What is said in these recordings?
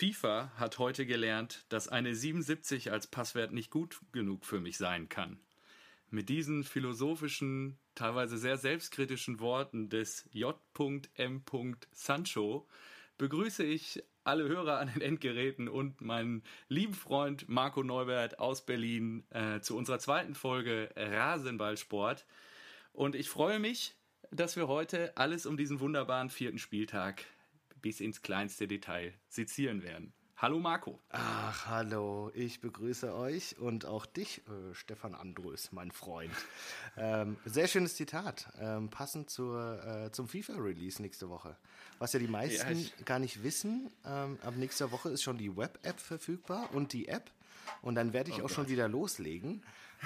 FIFA hat heute gelernt, dass eine 77 als Passwert nicht gut genug für mich sein kann. Mit diesen philosophischen, teilweise sehr selbstkritischen Worten des J.M. Sancho begrüße ich alle Hörer an den Endgeräten und meinen lieben Freund Marco Neubert aus Berlin zu unserer zweiten Folge Rasenballsport. Und ich freue mich, dass wir heute alles um diesen wunderbaren 4. Spieltag bis ins kleinste Detail sezieren werden. Hallo Marco. Ach, hallo, ich begrüße euch und auch dich, Stefan Andrus, mein Freund. Sehr schönes Zitat, passend zum FIFA-Release nächste Woche. Was ja die meisten gar nicht wissen, ab nächster Woche ist schon die Web-App verfügbar und die App. Und dann werde ich auch schon wieder loslegen.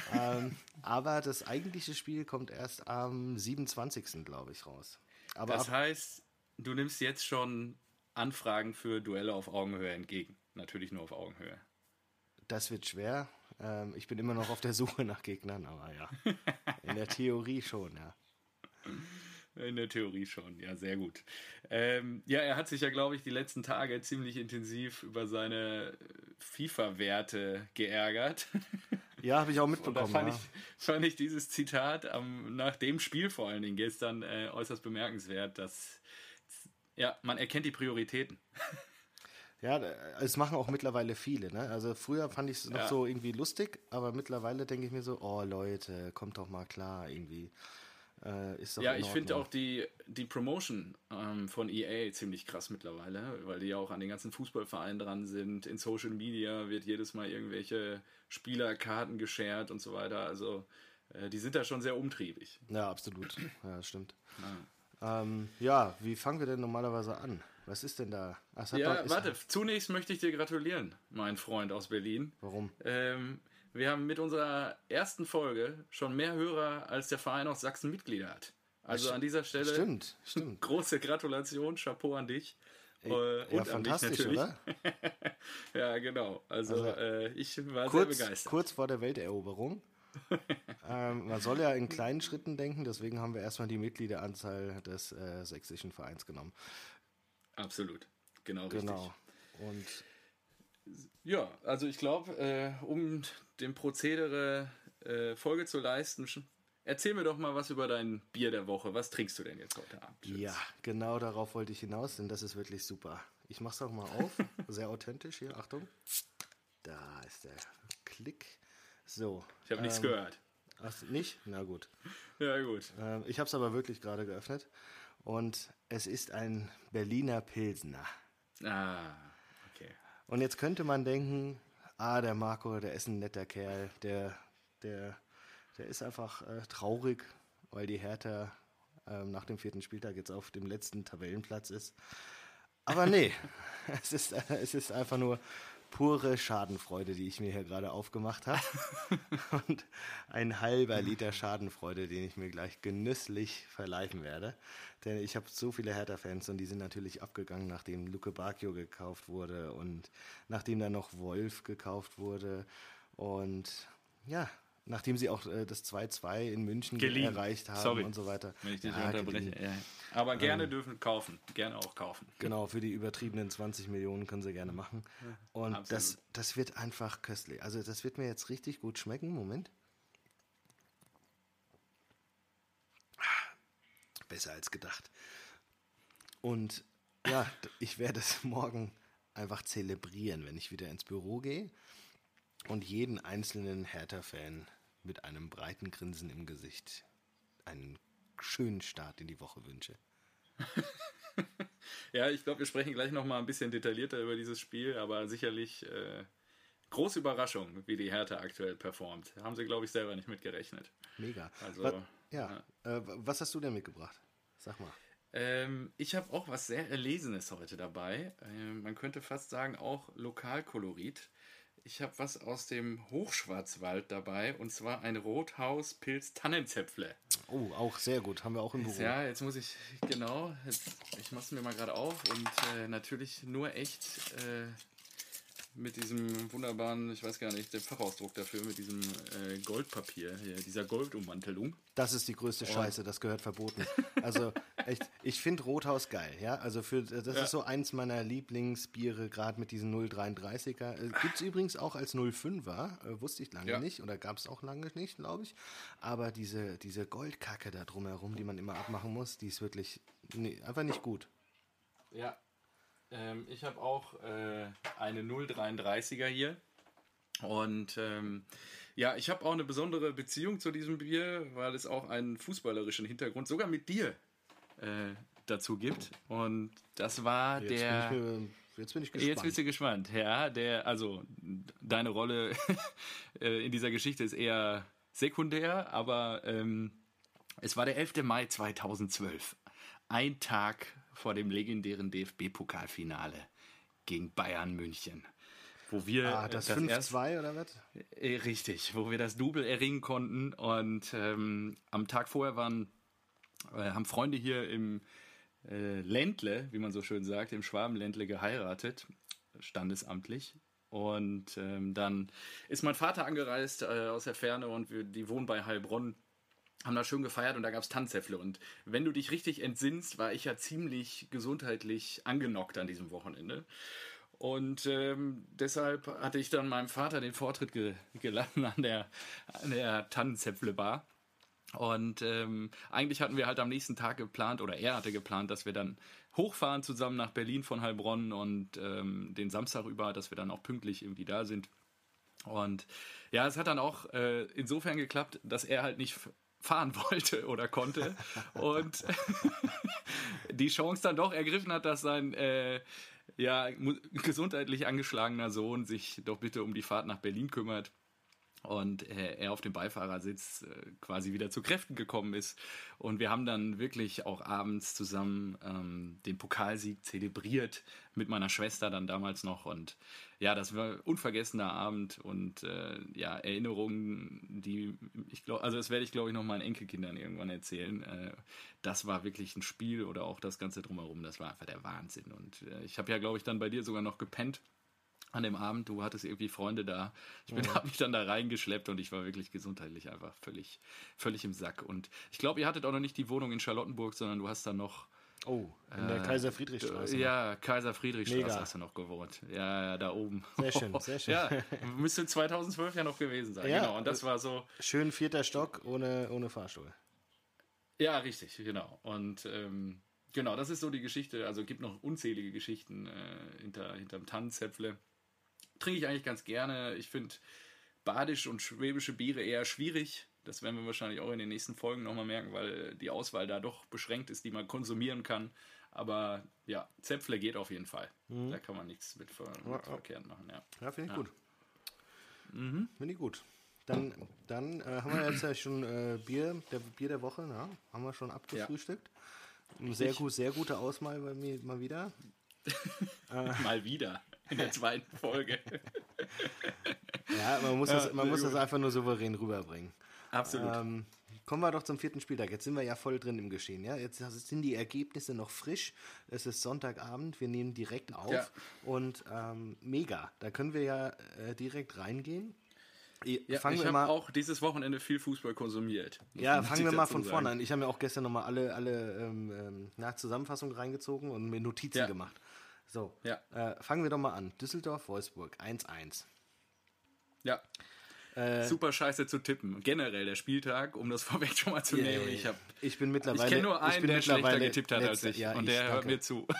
Aber das eigentliche Spiel kommt erst am 27. glaube ich, raus. Aber das heißt, du nimmst jetzt schon Anfragen für Duelle auf Augenhöhe entgegen. Natürlich nur auf Augenhöhe. Das wird schwer. Ich bin immer noch auf der Suche nach Gegnern, aber ja. In der Theorie schon, ja. In der Theorie schon, ja, sehr gut. Ja, er hat sich ja, glaube ich, die letzten Tage ziemlich intensiv über seine FIFA-Werte geärgert. Ja, habe ich auch mitbekommen. Und da fand ich dieses Zitat nach dem Spiel vor allen Dingen gestern äußerst bemerkenswert, dass man erkennt die Prioritäten. Ja, es machen auch mittlerweile viele, ne? Also früher fand ich es noch so irgendwie lustig, aber mittlerweile denke ich mir so, oh Leute, kommt doch mal klar irgendwie. Ist doch ich finde auch die Promotion von EA ziemlich krass mittlerweile, weil die ja auch an den ganzen Fußballvereinen dran sind. In Social Media wird jedes Mal irgendwelche Spielerkarten geshared und so weiter. Also die sind da schon sehr umtriebig. Ja, absolut. Ja, das stimmt. Wie fangen wir denn normalerweise an? Was ist denn da? Zunächst möchte ich dir gratulieren, mein Freund aus Berlin. Warum? Wir haben mit unserer ersten Folge schon mehr Hörer, als der Verein aus Sachsen Mitglieder hat. Also an dieser Stelle stimmt. Große Gratulation, Chapeau an dich. Und an dich natürlich. Oder? Ja, genau. Also ich war sehr begeistert. Kurz vor der Welteroberung. Man soll ja in kleinen Schritten denken, deswegen haben wir erstmal die Mitgliederanzahl des sächsischen Vereins genommen. Absolut, genau richtig. Und ja, also ich glaube, um dem Prozedere Folge zu leisten, erzähl mir doch mal was über dein Bier der Woche. Was trinkst du denn jetzt heute Abend? Ja, genau darauf wollte ich hinaus, denn das ist wirklich super. Ich mach's auch mal auf, sehr authentisch hier, Achtung. Da ist der Klick. So. Ich habe nichts gehört. Hast du nicht? Na gut. Ja, gut. Ich habe es aber wirklich gerade geöffnet. Und es ist ein Berliner Pilsner. Ah, okay. Und jetzt könnte man denken, der Marco, der ist ein netter Kerl. Der ist einfach traurig, weil die Hertha nach dem 4. Spieltag jetzt auf dem letzten Tabellenplatz ist. Aber nee, es ist einfach nur pure Schadenfreude, die ich mir hier gerade aufgemacht habe. Und ein halber Liter Schadenfreude, den ich mir gleich genüsslich verleihen werde. Denn ich habe so viele Hertha-Fans und die sind natürlich abgegangen, nachdem Luke Bacchio gekauft wurde und nachdem dann noch Wolf gekauft wurde. Und ja, nachdem sie auch das 2-2 in München erreicht haben und so weiter. Wenn ich dich unterbreche. Ja. Aber gerne dürfen kaufen. Gerne auch kaufen. Genau, für die übertriebenen 20 Millionen können sie gerne machen. Und das wird einfach köstlich. Also das wird mir jetzt richtig gut schmecken. Moment. Besser als gedacht. Und ja, ich werde es morgen einfach zelebrieren, wenn ich wieder ins Büro gehe und jeden einzelnen Hertha-Fan mit einem breiten Grinsen im Gesicht einen schönen Start in die Woche wünsche. Ja, ich glaube, wir sprechen gleich nochmal ein bisschen detaillierter über dieses Spiel, aber sicherlich große Überraschung, wie die Hertha aktuell performt. Haben sie, glaube ich, selber nicht mitgerechnet. Mega. Also, was hast du denn mitgebracht? Sag mal. Ich habe auch was sehr Erlesenes heute dabei. Man könnte fast sagen, auch Lokalkolorit. Ich habe was aus dem Hochschwarzwald dabei, und zwar ein Rothaus-Pilz-Tannenzäpfle. Oh, auch sehr gut. Haben wir auch im Büro. Ja, jetzt muss ich, ich mache es mir mal gerade auf und natürlich nur echt mit diesem wunderbaren, ich weiß gar nicht, der Fachausdruck dafür, mit diesem Goldpapier, hier, dieser Goldummantelung. Das ist die größte Scheiße, das gehört verboten. Also echt, ich finde Rothaus geil, ja. Also das ist so eins meiner Lieblingsbiere, gerade mit diesen 0,33er. Gibt es übrigens auch als 0,5er, wusste ich lange nicht, oder gab es auch lange nicht, glaube ich. Aber diese Goldkacke da drumherum, die man immer abmachen muss, die ist wirklich einfach nicht gut. Ja. Ich habe auch eine 0,33er hier und ich habe auch eine besondere Beziehung zu diesem Bier, weil es auch einen fußballerischen Hintergrund sogar mit dir dazu gibt und das war jetzt bin ich gespannt. Jetzt bist du gespannt, ja, also deine Rolle in dieser Geschichte ist eher sekundär, aber es war der 11. Mai 2012, ein Tag vor dem legendären DFB-Pokalfinale gegen Bayern München. Wo wir das 5-2 oder was? Richtig, wo wir das Double erringen konnten. Und am Tag vorher haben Freunde hier im Ländle, wie man so schön sagt, im Schwabenländle geheiratet, standesamtlich. Und dann ist mein Vater angereist aus der Ferne und die wohnen bei Heilbronn. Haben da schön gefeiert und da gab es Tanzäpfle. Und wenn du dich richtig entsinnst, war ich ja ziemlich gesundheitlich angenockt an diesem Wochenende. Und deshalb hatte ich dann meinem Vater den Vortritt gelassen an der Tannenzäpfle-Bar. Und eigentlich hatten wir halt am nächsten Tag geplant, oder er hatte geplant, dass wir dann hochfahren zusammen nach Berlin von Heilbronn und den Samstag über, dass wir dann auch pünktlich irgendwie da sind. Und ja, es hat dann auch insofern geklappt, dass er halt nicht fahren wollte oder konnte und die Chance dann doch ergriffen hat, dass sein gesundheitlich angeschlagener Sohn sich doch bitte um die Fahrt nach Berlin kümmert und er auf dem Beifahrersitz quasi wieder zu Kräften gekommen ist und wir haben dann wirklich auch abends zusammen den Pokalsieg zelebriert mit meiner Schwester dann damals noch und ja, das war ein unvergessener Abend und Erinnerungen, die ich glaube, also das werde ich glaube ich noch meinen Enkelkindern irgendwann erzählen. Das war wirklich ein Spiel oder auch das Ganze drumherum, das war einfach der Wahnsinn und ich habe ja glaube ich dann bei dir sogar noch gepennt an dem Abend, du hattest irgendwie Freunde da. Habe mich dann da reingeschleppt und ich war wirklich gesundheitlich einfach völlig im Sack. Und ich glaube, ihr hattet auch noch nicht die Wohnung in Charlottenburg, sondern du hast dann noch... Oh, in der Kaiser-Friedrich-Straße. Ja, Kaiser-Friedrich-Straße hast du noch gewohnt. Ja, da oben. Sehr schön, sehr schön. Ja, müsste 2012 ja noch gewesen sein. Ja, genau. Und das war so... Schön 4. Stock ohne Fahrstuhl. Ja, richtig, genau. Und... genau, das ist so die Geschichte. Also es gibt noch unzählige Geschichten hinterm Tannenzäpfle. Trinke ich eigentlich ganz gerne. Ich finde badische und schwäbische Biere eher schwierig. Das werden wir wahrscheinlich auch in den nächsten Folgen nochmal merken, weil die Auswahl da doch beschränkt ist, die man konsumieren kann. Aber ja, Zäpfle geht auf jeden Fall. Da kann man nichts mit verkehrt machen. Ja, finde ich gut. Finde ich gut. Dann haben wir jetzt ja schon Bier der Woche, na? Haben wir schon abgefrühstückt. Sehr gute Auswahl bei mir mal wieder. Mal wieder. In der zweiten Folge. Ja, man muss das einfach nur souverän rüberbringen. Absolut. Kommen wir doch zum 4. Spieltag. Jetzt sind wir ja voll drin im Geschehen. Ja? Jetzt sind die Ergebnisse noch frisch. Es ist Sonntagabend. Wir nehmen direkt auf. Und mega. Da können wir ja direkt reingehen. Ja, ich habe auch dieses Wochenende viel Fußball konsumiert. Ja, fangen wir mal von vorne an. Ich habe mir auch gestern nochmal alle Zusammenfassungen reingezogen und mir Notizen gemacht. So, fangen wir doch mal an. Düsseldorf-Wolfsburg 1-1. Ja. Super scheiße zu tippen. Generell der Spieltag, um das vorweg schon mal zu nehmen. Ich bin mittlerweile. Ich kenne nur einen, der schlechter getippt hat als ich. Ja, und der hört mir zu.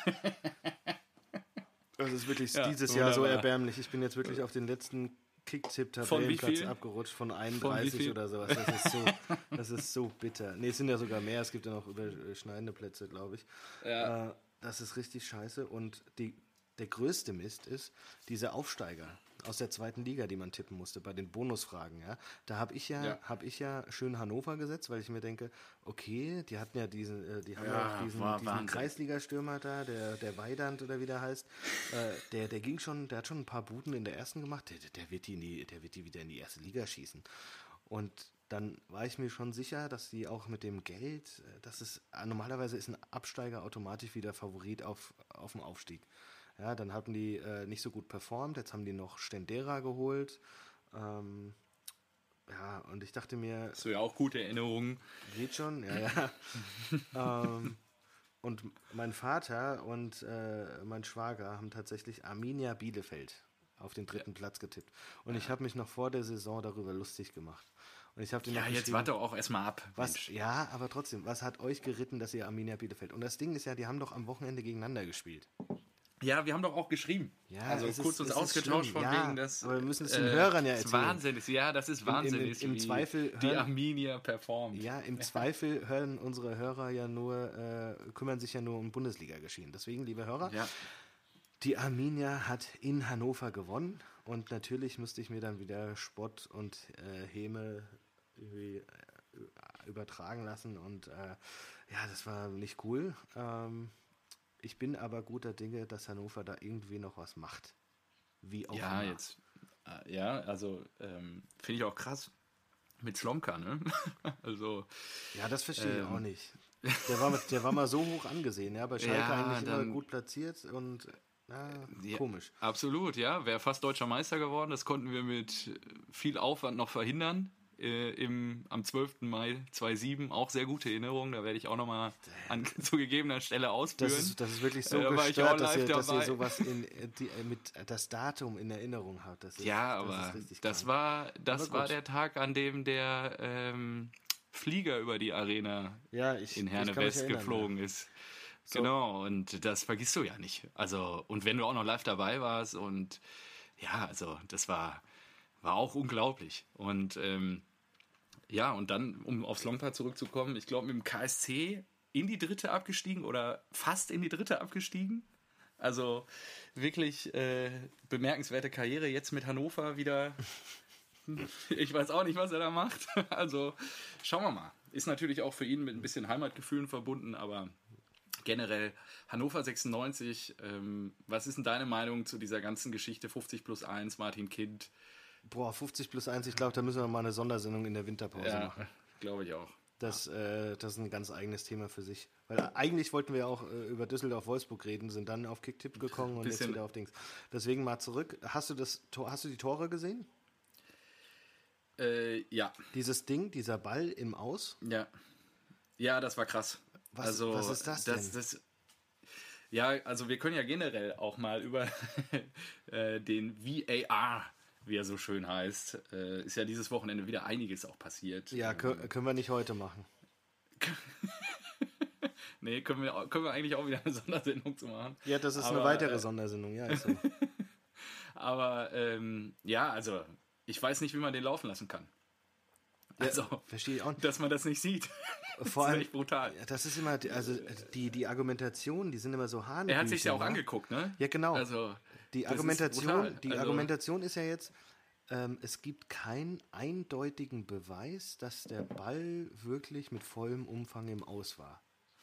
Das ist wirklich dieses Jahr so erbärmlich. Ich bin jetzt wirklich auf den letzten Kick-Tipp-Tabellenplatz abgerutscht von 31 oder sowas. Das ist so bitter. Nee, es sind ja sogar mehr. Es gibt ja noch überschneidende Plätze, glaube ich. Ja. Das ist richtig scheiße. Und der größte Mist ist diese Aufsteiger aus der 2. Liga, die man tippen musste bei den Bonusfragen. Ja? Da habe ich ja schön Hannover gesetzt, weil ich mir denke, okay, die hatten ja diesen Kreisliga-Stürmer da, der Weidand oder wie der heißt. Der ging schon, der hat schon ein paar Buden in der ersten gemacht. Der wird die wieder in die erste Liga schießen. Und dann war ich mir schon sicher, dass die auch mit dem Geld, normalerweise ist ein Absteiger automatisch wieder Favorit auf den Aufstieg. Ja, dann hatten die nicht so gut performt, jetzt haben die noch Stendera geholt. Ja, und ich dachte mir, Hast du ja auch gute Erinnerungen. geht schon, ja. Und mein Vater und mein Schwager haben tatsächlich Arminia Bielefeld auf den dritten Platz getippt. Und ich habe mich noch vor der Saison darüber lustig gemacht. Und ich habe den Ja, noch jetzt geschrieben, warte auch erstmal ab. was, ja, aber trotzdem, was hat euch geritten, dass ihr Arminia Bielefeld? Und das Ding ist ja, die haben doch am Wochenende gegeneinander gespielt. Ja, wir haben doch auch geschrieben. Ja, also es kurz uns ist ausgetauscht schlimm. von Ja, wegen das. aber wir müssen es den Hörern ja das erzählen. Wahnsinn ist. Ja, das ist Wahnsinn. ist, Im wie Zweifel die hören- Arminia performt. Ja, im Zweifel hören unsere Hörer ja nur, kümmern sich ja nur um Bundesliga-Geschehen. Deswegen, liebe Hörer, Ja. die Arminia hat in Hannover gewonnen und natürlich musste ich mir dann wieder Spott und Häme irgendwie, übertragen lassen und ja, das war nicht cool. Ich bin aber guter Dinge, dass Hannover da irgendwie noch was macht. Wie auch Ja, immer. jetzt. Ja, also finde ich auch krass mit Slomka, ne? Also. Ja, das verstehe ich auch nicht. Der war mal so hoch angesehen, ja, bei Schalke Ja, eigentlich immer dann- gut platziert und Ja, komisch. Absolut, ja. Wäre fast deutscher Meister geworden. Das konnten wir mit viel Aufwand noch verhindern. Am 12. Mai 2007 auch sehr gute Erinnerungen. Da werde ich auch nochmal zu gegebener Stelle ausführen. Das ist wirklich so Da war ich auch gestört, dass live ihr dabei. sowas mit das Datum in Erinnerung habt. Das ist, Ja, das aber ist richtig das krank. war Aber gut. der Tag, an dem der Flieger über die Arena Ja, in ich kann Herne mich West erinnern, geflogen ist. Genau, und das vergisst du ja nicht. Also, und wenn du auch noch live dabei warst und ja, also das war auch unglaublich. Und ja, und dann, um aufs Longpad zurückzukommen, ich glaube mit dem KSC in die dritte abgestiegen oder fast in die dritte abgestiegen. Also wirklich bemerkenswerte Karriere. Jetzt mit Hannover wieder. Ich weiß auch nicht, was er da macht. Also schauen wir mal. Ist natürlich auch für ihn mit ein bisschen Heimatgefühlen verbunden, aber generell Hannover 96. Was ist denn deine Meinung zu dieser ganzen Geschichte 50+1, Martin Kind? Boah, 50+1, ich glaube, da müssen wir mal eine Sondersendung in der Winterpause Ja, machen. glaube ich auch. Das ist ein ganz eigenes Thema für sich. Weil eigentlich wollten wir auch über Düsseldorf-Wolfsburg reden, sind dann auf Kicktipp gekommen und jetzt Bisschen- wieder auf Dings. Deswegen mal zurück. Hast du die Tore gesehen? Ja, Dieses Ding, dieser Ball im Aus? ja. Ja, das war krass. Was ist das denn? Ja, also wir können ja generell auch mal über den VAR, wie er so schön heißt, ist ja dieses Wochenende wieder einiges auch passiert. Ja, können wir nicht heute machen. Nee, können wir eigentlich auch wieder eine Sondersendung zu machen. Ja, das ist eine Aber, weitere Sondersendung, ja, ist so. Aber ja, also ich weiß nicht, wie man den laufen lassen kann. Also, Verstehe ich auch nicht. dass man das nicht sieht. Vor das ist allem, echt brutal. ja, das ist immer, also die Argumentationen, die sind immer so hanebüchen. Er hat sich ja auch wa? angeguckt, ne? Ja, genau. Also, Die das ist Argumentation, brutal. die Also- Argumentation ist ja jetzt, es gibt keinen eindeutigen Beweis, dass der Ball wirklich mit vollem Umfang im Aus war.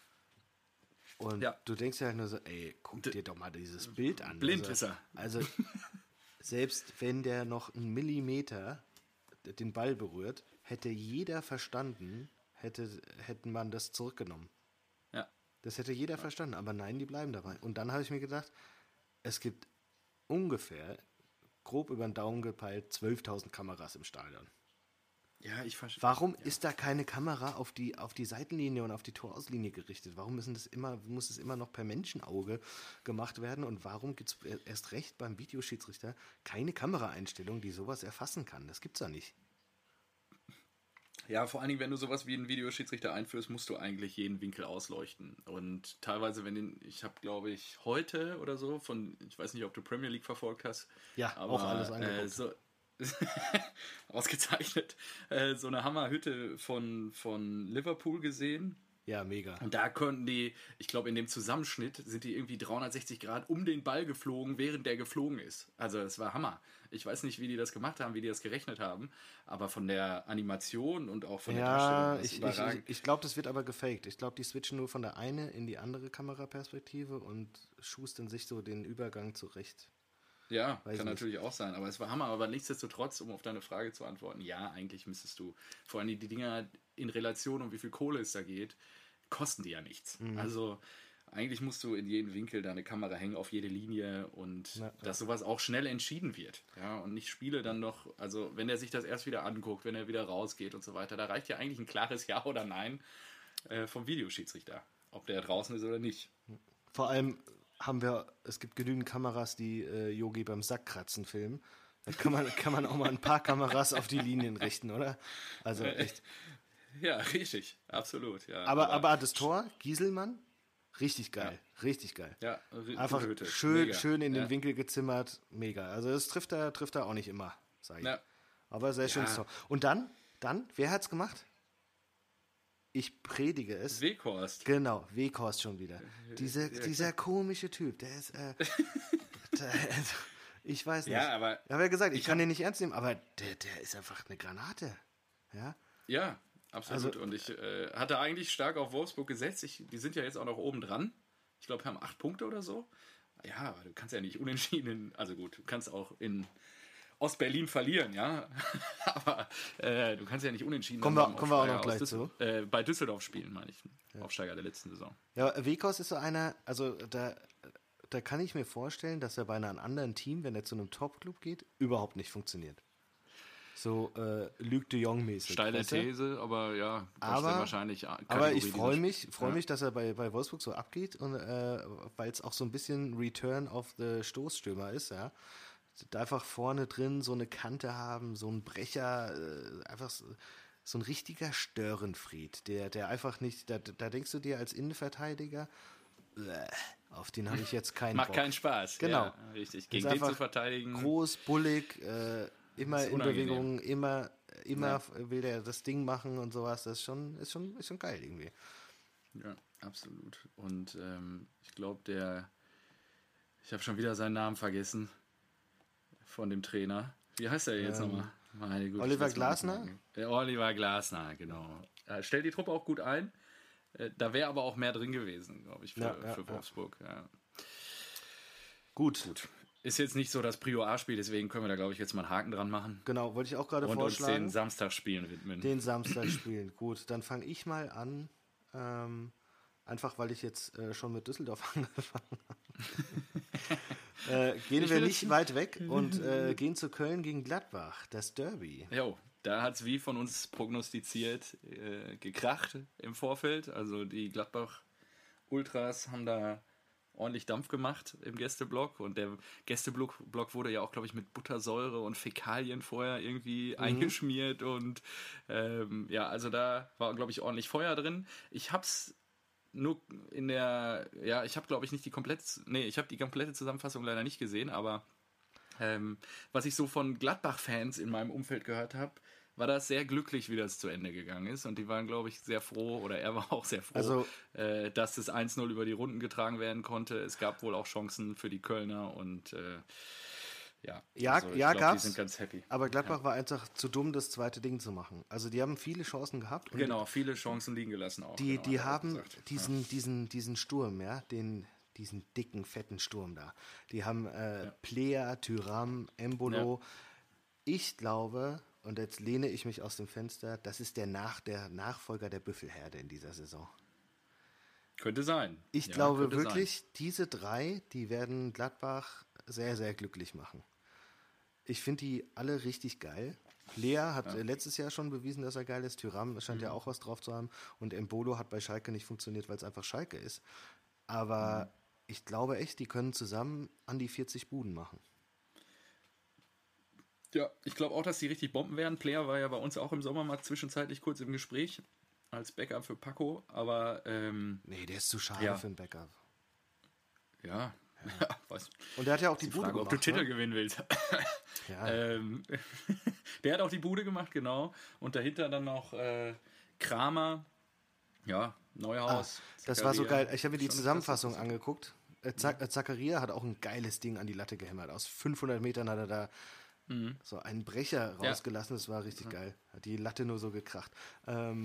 Und Ja. du denkst ja halt nur so, ey, guck dir doch mal dieses Bild an. Blind ist er. Also, selbst wenn der noch einen Millimeter den Ball berührt, hätte jeder verstanden, hätten man das zurückgenommen. Ja. Das hätte jeder verstanden, aber nein, die bleiben dabei. Und dann habe ich mir gedacht, es gibt ungefähr, grob über den Daumen gepeilt, 12.000 Kameras im Stadion. Ja, ich verstehe. Warum ist da keine Kamera auf die Seitenlinie und auf die Torauslinie gerichtet? Warum muss es immer noch per Menschenauge gemacht werden? Und warum gibt es erst recht beim Videoschiedsrichter keine Kameraeinstellung, die sowas erfassen kann? Das gibt's ja nicht. Ja, vor allen Dingen, wenn du sowas wie einen Videoschiedsrichter einführst, musst du eigentlich jeden Winkel ausleuchten. Und teilweise, ich habe, glaube ich, heute oder so ich weiß nicht, ob du Premier League verfolgt hast. Ja, aber, auch alles angeguckt. ausgezeichnet, so eine Hammerhütte von Liverpool gesehen. Ja, mega. Und da konnten die, ich glaube, in dem Zusammenschnitt sind die irgendwie 360 Grad um den Ball geflogen, während der geflogen ist. Also das war Hammer. Ich weiß nicht, wie die das gemacht haben, wie die das gerechnet haben, aber von der Animation und auch von der Ja, Darstellung ist überragend. ich glaube, das wird aber gefaked. Ich glaube, die switchen nur von der eine in die andere Kameraperspektive und schustern sich so den Übergang zurecht. Ja, Weiß kann nicht. natürlich auch sein, aber es war Hammer. Aber nichtsdestotrotz, um auf deine Frage zu antworten, ja, eigentlich müsstest du, vor allem die Dinger in Relation, um wie viel Kohle es da geht, kosten die ja nichts. Mhm. Also eigentlich musst du in jeden Winkel deine Kamera hängen, auf jede Linie und dass sowas auch schnell entschieden wird. Ja, und nicht Spiele dann noch, also wenn er sich das erst wieder anguckt, wenn er wieder rausgeht und so weiter, da reicht ja eigentlich ein klares Ja oder Nein vom Videoschiedsrichter, ob der draußen ist oder nicht. Vor allem es gibt genügend Kameras, die Yogi beim Sackkratzen filmen. Da kann man auch mal ein paar Kameras auf die Linien richten, oder? Also echt. Ja, richtig, absolut. Ja, aber das Tor, Gieselmann, richtig geil, richtig geil. Ja, einfach Hütte. schön in den Winkel gezimmert, mega. Also das trifft er auch nicht immer, sage ich. Ja. Aber sehr schönes Tor. Und dann, wer hat's gemacht? Ich predige es. Weghorst. Genau, Weghorst schon wieder. Dieser komische Typ, der ist, ich weiß nicht. Ja, aber ich habe ja gesagt, ich kann den nicht ernst nehmen, aber der ist einfach eine Granate. Ja, ja, absolut. Und ich hatte eigentlich stark auf Wolfsburg gesetzt. Die sind ja jetzt auch noch oben dran. Ich glaube, wir haben 8 Punkte oder so. Ja, aber du kannst ja nicht unentschieden, also gut, du kannst auch in Ostberlin verlieren, ja. Aber du kannst ja nicht unentschieden. Kommen wir auch noch gleich zu. Bei Düsseldorf spielen, meine ich. Aufsteiger der letzten Saison. Ja, Weghorst ist so einer, also da kann ich mir vorstellen, dass er bei einem anderen Team, wenn er zu einem Top-Club geht, überhaupt nicht funktioniert. So Luc de Jong-mäßig. Steile These, aber ja, wahrscheinlich. Aber ich freue mich, dass er bei Wolfsburg so abgeht, und weil es auch so ein bisschen Return of the Stoßstürmer ist, ja. Da einfach vorne drin so eine Kante haben, so ein Brecher, einfach so ein richtiger Störenfried, der einfach nicht, da denkst du dir als Innenverteidiger, auf den habe ich jetzt keinen Bock. Macht keinen Spaß. Genau. Ja, richtig. Gegen den zu verteidigen. Groß, bullig, immer in Bewegung, immer will der das Ding machen und sowas. Das ist schon geil irgendwie. Ja, absolut. Und ich glaube, ich habe schon wieder seinen Namen vergessen von dem Trainer. Wie heißt er jetzt nochmal? Meine Güte, Oliver Glasner? Oliver Glasner, genau. Stellt die Truppe auch gut ein. Da wäre aber auch mehr drin gewesen, glaube ich, für Wolfsburg. Ja. Gut. Ist jetzt nicht so das Prio A-Spiel, deswegen können wir da, glaube ich, jetzt mal einen Haken dran machen. Genau, wollte ich auch gerade vorschlagen. Und uns den Samstagsspielen widmen. Den Samstagsspielen, gut. Dann fange ich mal an, einfach weil ich jetzt schon mit Düsseldorf angefangen habe. Gehen wir nicht weit weg und gehen zu Köln gegen Gladbach, das Derby. Jo, da hat es wie von uns prognostiziert gekracht im Vorfeld. Also die Gladbach-Ultras haben da ordentlich Dampf gemacht im Gästeblock, und der Gästeblock wurde ja auch, glaube ich, mit Buttersäure und Fäkalien vorher irgendwie eingeschmiert, und also da war, glaube ich, ordentlich Feuer drin. Ich hab's nur ich habe, glaube ich, ich habe die komplette Zusammenfassung leider nicht gesehen, aber was ich so von Gladbach-Fans in meinem Umfeld gehört habe, war das sehr glücklich, wie das zu Ende gegangen ist. Und die waren, glaube ich, sehr froh, oder er war auch sehr froh, dass das 1-0 über die Runden getragen werden konnte. Es gab wohl auch Chancen für die Kölner, und ich glaube, die sind ganz happy. Aber Gladbach war einfach zu dumm, das zweite Ding zu machen. Also die haben viele Chancen gehabt. Genau, viele Chancen liegen gelassen auch. Die haben diesen Sturm, ja, diesen dicken, fetten Sturm da. Die haben Plea, Thuram, Embolo. Ja. Ich glaube, und jetzt lehne ich mich aus dem Fenster, das ist der Nachfolger der Büffelherde in dieser Saison. Könnte sein. Ich glaube wirklich, diese 3, die werden Gladbach sehr, sehr glücklich machen. Ich finde die alle richtig geil. Lea hat letztes Jahr schon bewiesen, dass er geil ist. Thuram scheint ja auch was drauf zu haben. Und Embolo hat bei Schalke nicht funktioniert, weil es einfach Schalke ist. Aber ich glaube echt, die können zusammen an die 40 Buden machen. Ja, ich glaube auch, dass die richtig Bomben werden. Player war ja bei uns auch im Sommer mal zwischenzeitlich kurz im Gespräch als Backup für Paco, aber nee, der ist zu schade für ein Backup. Ja. Was? Und der hat ja auch die Bude gemacht. Ob du Titel gewinnen willst. Ja. Der hat auch die Bude gemacht, genau. Und dahinter dann noch Kramer, Neuhaus. Das war so geil. Ich habe mir die Zusammenfassung angeguckt. Zakaria hat auch ein geiles Ding an die Latte gehämmert. Aus 500 Metern hat er da so einen Brecher rausgelassen. Das war richtig geil. Hat die Latte nur so gekracht.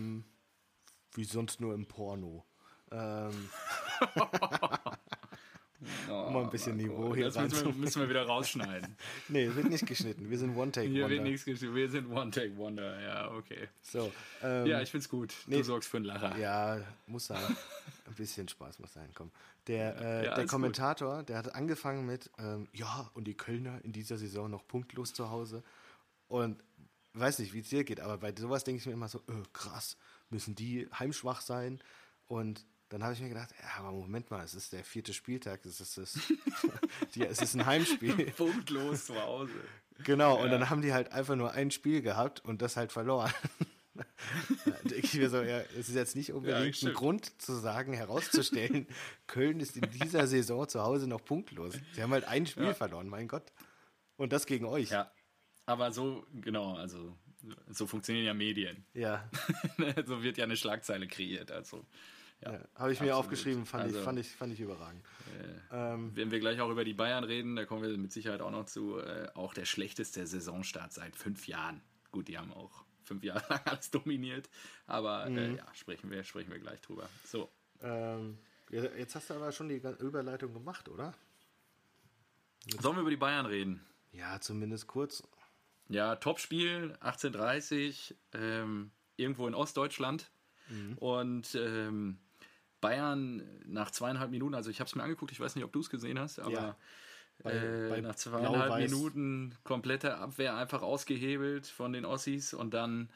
Wie sonst nur im Porno. Um mal ein bisschen Niveau hier das müssen wir wieder rausschneiden. Nee, es wird nicht geschnitten. Wir sind One-Take-Wonder. Hier wird nichts geschnitten. Wir sind One-Take-Wonder. Ja, okay. So, ja, ich find's gut. Du sorgst für einen Lacher. Ja, muss sein. Ein bisschen Spaß muss sein, komm. Der Kommentator, der hat angefangen mit, und die Kölner in dieser Saison noch punktlos zu Hause. Und weiß nicht, wie es dir geht, aber bei sowas denke ich mir immer so, krass, müssen die heimschwach sein? Und dann habe ich mir gedacht, ja, aber Moment mal, es ist der 4. Spieltag, es ist ein Heimspiel. Punktlos zu Hause. Genau, und dann haben die halt einfach nur ein Spiel gehabt und das halt verloren. Da denke ich mir so, ja, es ist jetzt nicht unbedingt ein Grund zu sagen, herauszustellen, Köln ist in dieser Saison zu Hause noch punktlos. Sie haben halt ein Spiel verloren, mein Gott. Und das gegen euch. Ja, aber so, genau, also so funktionieren ja Medien. Ja. So wird ja eine Schlagzeile kreiert, also. Ja, habe ich mir aufgeschrieben, fand ich überragend. Wenn wir gleich auch über die Bayern reden, da kommen wir mit Sicherheit auch noch zu, auch der schlechteste Saisonstart seit 5 Jahren. Gut, die haben auch 5 Jahre lang alles dominiert, aber sprechen wir gleich drüber. So. Jetzt hast du aber schon die Überleitung gemacht, oder? Sollen wir über die Bayern reden? Ja, zumindest kurz. Ja, Topspiel, 18:30, irgendwo in Ostdeutschland. Und Bayern nach 2,5 Minuten, also ich habe es mir angeguckt, ich weiß nicht, ob du es gesehen hast, aber bei nach 2,5 Minuten komplette Abwehr einfach ausgehebelt von den Ossis und dann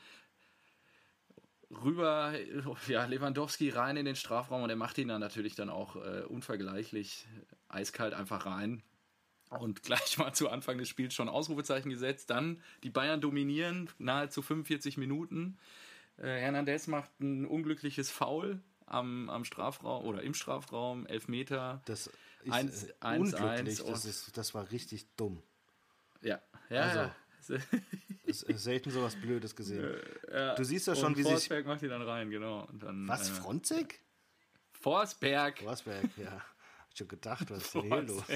rüber, Lewandowski rein in den Strafraum und er macht ihn dann natürlich dann auch unvergleichlich eiskalt einfach rein. Und gleich mal zu Anfang des Spiels schon Ausrufezeichen gesetzt. Dann die Bayern dominieren, nahezu 45 Minuten. Hernandez macht ein unglückliches Foul am Strafraum oder im Strafraum, 11 Meter. Das ist unglücklich, das war richtig dumm. Ja. Also, selten sowas Blödes gesehen. Du siehst doch schon, wie sich... Forsberg macht die dann rein, genau. Und dann, was, Fronzek? Forsberg, ja. Hab schon gedacht, was ist denn hier los?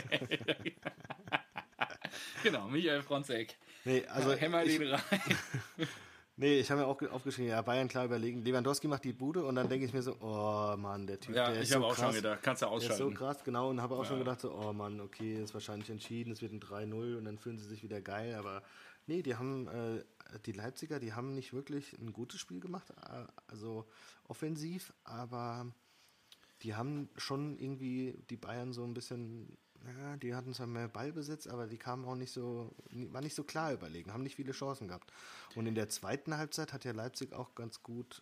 Genau, Michael Fronzek. Nee, also hämmer den rein. Nee, ich habe mir auch aufgeschrieben, ja, Bayern klar überlegen. Lewandowski macht die Bude und dann denke ich mir so, oh Mann, der Typ, der ist so krass. Ja, ich habe auch schon gedacht, kannst du ausschalten. Der ist so krass, genau, und habe auch schon gedacht, so, oh Mann, okay, ist wahrscheinlich entschieden, es wird ein 3-0 und dann fühlen sie sich wieder geil, aber nee, die Leipziger, die haben nicht wirklich ein gutes Spiel gemacht, also offensiv, aber die haben schon irgendwie die Bayern so ein bisschen, ja, die hatten zwar mehr Ballbesitz, aber die kamen auch war nicht so klar überlegen, haben nicht viele Chancen gehabt. Und in der zweiten Halbzeit hat ja Leipzig auch ganz gut,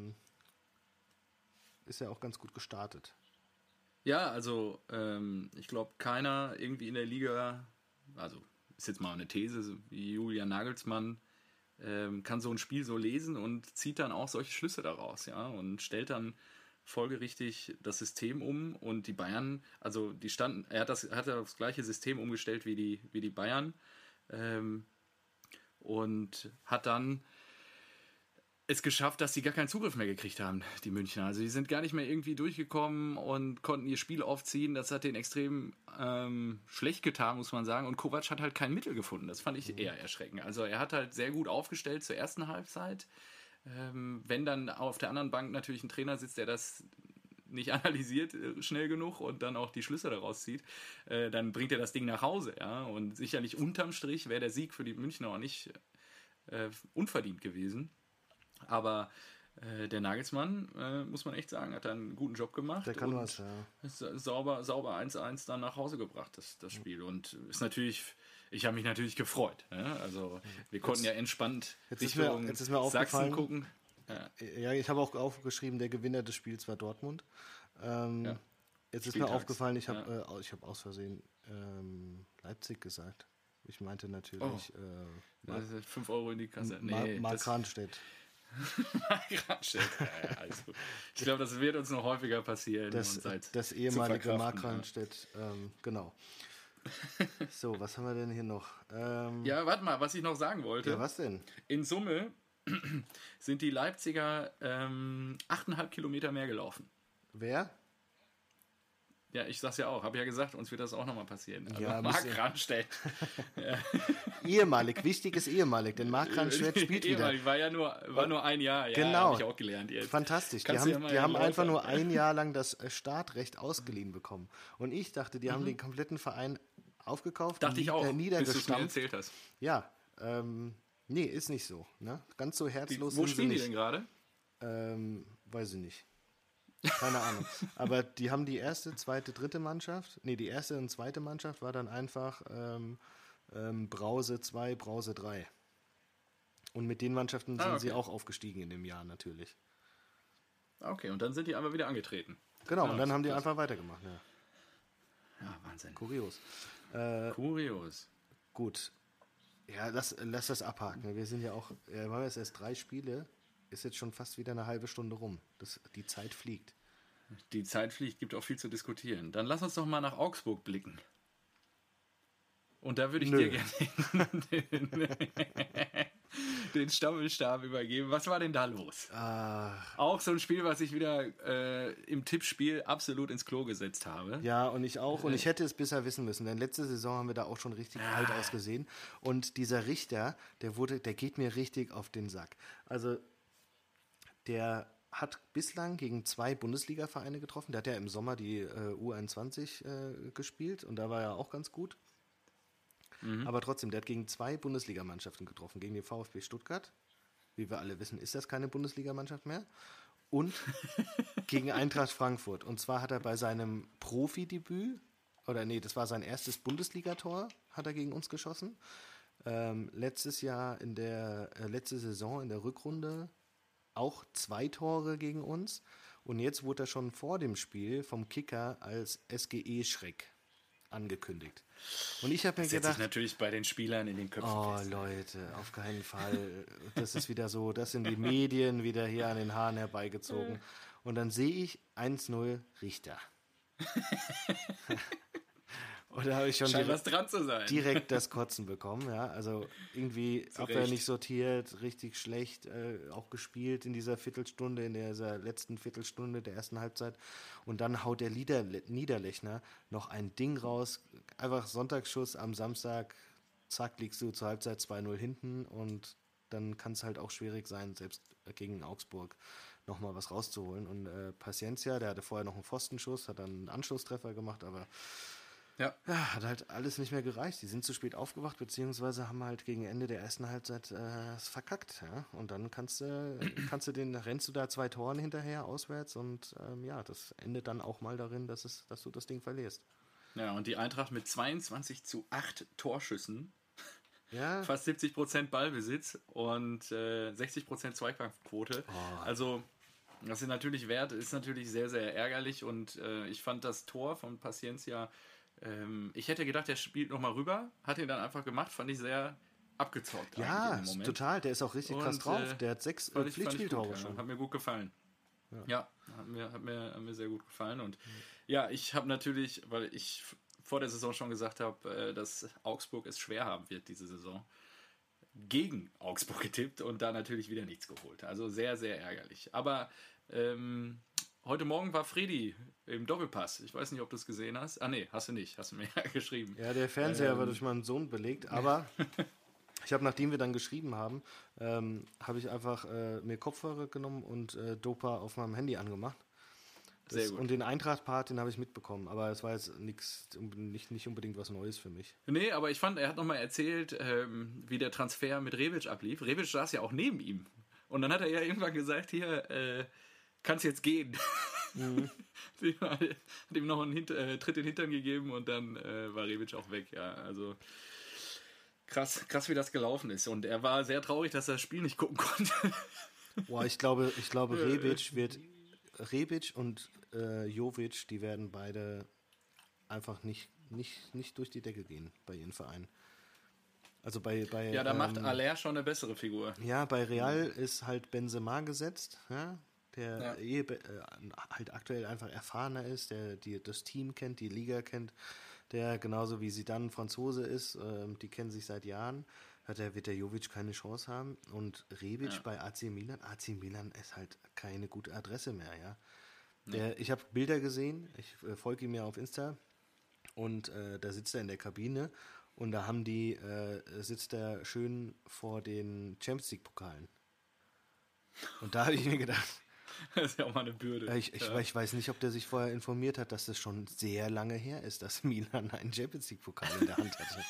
ist ja auch ganz gut gestartet. Ja, also ich glaube, keiner irgendwie in der Liga, also ist jetzt mal eine These, wie Julian Nagelsmann, kann so ein Spiel so lesen und zieht dann auch solche Schlüsse daraus, ja, und stellt dann folgerichtig das System um und die Bayern, also er hat das gleiche System umgestellt wie die Bayern und hat dann es geschafft, dass sie gar keinen Zugriff mehr gekriegt haben, die Münchner. Also die sind gar nicht mehr irgendwie durchgekommen und konnten ihr Spiel aufziehen. Das hat denen extrem schlecht getan, muss man sagen. Und Kovac hat halt kein Mittel gefunden. Das fand ich eher erschreckend. Also er hat halt sehr gut aufgestellt zur ersten Halbzeit. Wenn dann auf der anderen Bank natürlich ein Trainer sitzt, der das nicht analysiert schnell genug und dann auch die Schlüsse daraus zieht, dann bringt er das Ding nach Hause. Ja? Und sicherlich unterm Strich wäre der Sieg für die Münchner auch nicht unverdient gewesen. Aber der Nagelsmann, muss man echt sagen, hat da einen guten Job gemacht. Der kann was, ja. Ist sauber 1-1 dann nach Hause gebracht, das Spiel. Und ist natürlich... Ich habe mich natürlich gefreut. Ja? Also wir konnten ja entspannt Richtung Sachsen gucken. Ja, ich habe auch aufgeschrieben, der Gewinner des Spiels war Dortmund. Jetzt ist mir aufgefallen, ich habe aus Versehen Leipzig gesagt. Ich meinte natürlich 5 Euro in die Kasse. Mark Ranstedt. Ja, alles gut. Ich glaube, das wird uns noch häufiger passieren. Das ehemalige Mark Ranstedt, genau. So, was haben wir denn hier noch? Ja, warte mal, was ich noch sagen wollte. Ja, was denn? In Summe sind die Leipziger 8,5 Kilometer mehr gelaufen. Wer? Ja, ich sag's ja auch. Habe ja gesagt, uns wird das auch nochmal passieren. Also Ja, Marc Ranstedt. Ehemalig, wichtig ist ehemalig, denn Marc Ranstedt spielt wieder. War nur ein Jahr, ja, Genau. habe ich auch gelernt jetzt. Fantastisch. Kannst Die du ja mal haben erläutern. einfach nur ein Jahr lang das Startrecht ausgeliehen bekommen. Und ich dachte, die haben den kompletten Verein aufgekauft, Dachte ich auch, bis du es mir niedergestampft. erzählt hast. Ja, nee, ist nicht so. Ne? Ganz so herzlos Wo sind sie spielen die nicht. denn gerade? Weiß ich nicht. Keine Ahnung. Aber die haben die erste, zweite, dritte Mannschaft. Nee, die erste und zweite Mannschaft war dann einfach Brause 2, Brause 3. Und mit den Mannschaften sind sie auch aufgestiegen in dem Jahr natürlich. Okay, und dann sind die einfach wieder angetreten. Genau, Ja, und dann haben die krass. einfach weitergemacht. Ja. Ja, Wahnsinn. Kurios. Kurios. Gut. Ja, lass das abhaken. Wir sind ja auch, waren jetzt erst 3 Spiele, ist jetzt schon fast wieder eine halbe Stunde rum. Die Zeit fliegt. Die Zeit fliegt, gibt auch viel zu diskutieren. Dann lass uns doch mal nach Augsburg blicken. Und da würde ich dir gerne den Stammelstab übergeben. Was war denn da los? Auch so ein Spiel, was ich wieder im Tippspiel absolut ins Klo gesetzt habe. Ja, und ich auch. Und ich hätte es besser wissen müssen, denn letzte Saison haben wir da auch schon richtig alt ausgesehen. Und dieser Richter, der geht mir richtig auf den Sack. Also, der hat bislang gegen 2 Bundesliga-Vereine getroffen. Der hat ja im Sommer die U21 gespielt und da war er auch ganz gut. Aber trotzdem, der hat gegen 2 Bundesligamannschaften getroffen. Gegen den VfB Stuttgart, wie wir alle wissen, ist das keine Bundesligamannschaft mehr. Und gegen Eintracht Frankfurt. Und zwar hat er bei seinem Profidebüt, das war sein erstes Bundesligator, hat er gegen uns geschossen. Letzte Saison in der Rückrunde auch 2 Tore gegen uns. Und jetzt wurde er schon vor dem Spiel vom Kicker als SGE-Schreck angekündigt. Und ich habe mir setzt gedacht, sich natürlich bei den Spielern in den Köpfen fest. Leute, auf keinen Fall. Das ist wieder so, das sind die Medien wieder hier an den Haaren herbeigezogen. Und dann sehe ich 1-0 Richter. Und da habe ich schon Scheint was dran zu sein. direkt das Kotzen bekommen. Ja, also irgendwie Abwehr Recht. nicht sortiert, richtig schlecht auch gespielt in dieser Viertelstunde, in dieser letzten Viertelstunde der ersten Halbzeit. Und dann haut der Niederlechner noch ein Ding raus. Einfach Sonntagsschuss am Samstag. Zack, liegst du zur Halbzeit 2-0 hinten. Und dann kann es halt auch schwierig sein, selbst gegen Augsburg nochmal was rauszuholen. Und Paciencia, der hatte vorher noch einen Pfostenschuss, hat dann einen Anschlusstreffer gemacht, aber Ja. hat halt alles nicht mehr gereicht. Die sind zu spät aufgewacht, beziehungsweise haben halt gegen Ende der ersten Halbzeit es verkackt. Ja? Und dann rennst du da 2 Toren hinterher auswärts und das endet dann auch mal darin, dass du das Ding verlierst. Ja, und die Eintracht mit 22:8 Torschüssen, Ja, fast 70% Ballbesitz und 60% Zweikampfquote. Also das ist natürlich sehr, sehr ärgerlich und ich fand das Tor von Paciencia, ich hätte gedacht, der spielt nochmal rüber, hat ihn dann einfach gemacht, fand ich sehr abgezockt. ja, eigentlich im Moment. total. Der ist auch richtig krass drauf. Der hat 6 fand ich Pflichtspieltore gut, schon. Hat mir gut gefallen. Ja, hat mir sehr gut gefallen. Und ja, ich habe natürlich, weil ich vor der Saison schon gesagt habe, dass Augsburg es schwer haben wird diese Saison, gegen Augsburg getippt und da natürlich wieder nichts geholt. Also sehr, sehr ärgerlich. Aber heute Morgen war Fredi im Doppelpass. Ich weiß nicht, ob du es gesehen hast. Ah, nee, hast du nicht. Hast du mir ja geschrieben. Ja, der Fernseher war durch meinen Sohn belegt, aber ich habe, nachdem wir dann geschrieben haben, habe ich einfach mir Kopfhörer genommen und Dopa auf meinem Handy angemacht. Sehr gut. Und den Eintracht-Part, den habe ich mitbekommen, aber es war jetzt nicht unbedingt was Neues für mich. Nee, aber ich fand, er hat nochmal erzählt, wie der Transfer mit Rebic ablief. Rebic saß ja auch neben ihm. Und dann hat er ja irgendwann gesagt, hier, kannst jetzt gehen. Hat ihm noch einen Tritt in den Hintern gegeben und dann war Rebic auch weg. Ja, also krass, wie das gelaufen ist. Und er war sehr traurig, dass er das Spiel nicht gucken konnte. Boah, ich glaube, Rebic und Jovic, die werden beide einfach nicht durch die Decke gehen bei ihren Vereinen. Also ja, da macht Aller schon eine bessere Figur. Ja, bei Real ist halt Benzema gesetzt, ja, der halt aktuell einfach erfahrener ist, der das Team kennt, die Liga kennt, der genauso wie Zidane Franzose ist, die kennen sich seit Jahren, wird der Jovic keine Chance haben. Und Rebic bei AC Milan ist halt keine gute Adresse mehr, ja. Ich habe Bilder gesehen, ich folge ihm ja auf Insta und da sitzt er in der Kabine und da sitzt er schön vor den Champions League Pokalen. Und da habe ich mir gedacht, Das ist ja auch mal eine Bürde. ich weiß nicht, ob der sich vorher informiert hat, dass das schon sehr lange her ist, dass Milan einen Champions League Pokal in der Hand hatte.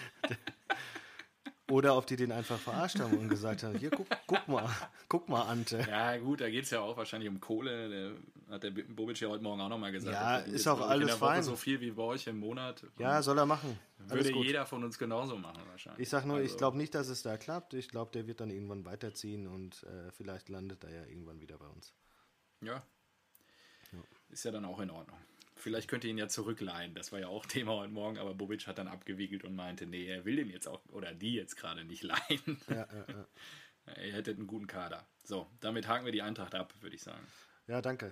Oder ob die den einfach verarscht haben und gesagt haben, hier, guck mal, Ante. Ja gut, da geht es ja auch wahrscheinlich um Kohle. Hat der Bobic ja heute Morgen auch nochmal gesagt. Ja, ist auch alles in der Woche fein. so viel wie bei euch im Monat. Ja, soll er machen. Würde jeder von uns genauso machen wahrscheinlich. Ich sag nur, ich glaube nicht, dass es da klappt. Ich glaube, der wird dann irgendwann weiterziehen und vielleicht landet er ja irgendwann wieder bei uns. Ja. Ist ja dann auch in Ordnung. Vielleicht könnt ihr ihn ja zurückleihen. Das war ja auch Thema heute Morgen, aber Bobic hat dann abgewiegelt und meinte, nee, er will den jetzt auch, oder die jetzt gerade nicht leihen. Ja. Ihr hättet einen guten Kader. So, damit haken wir die Eintracht ab, würde ich sagen. Ja, danke.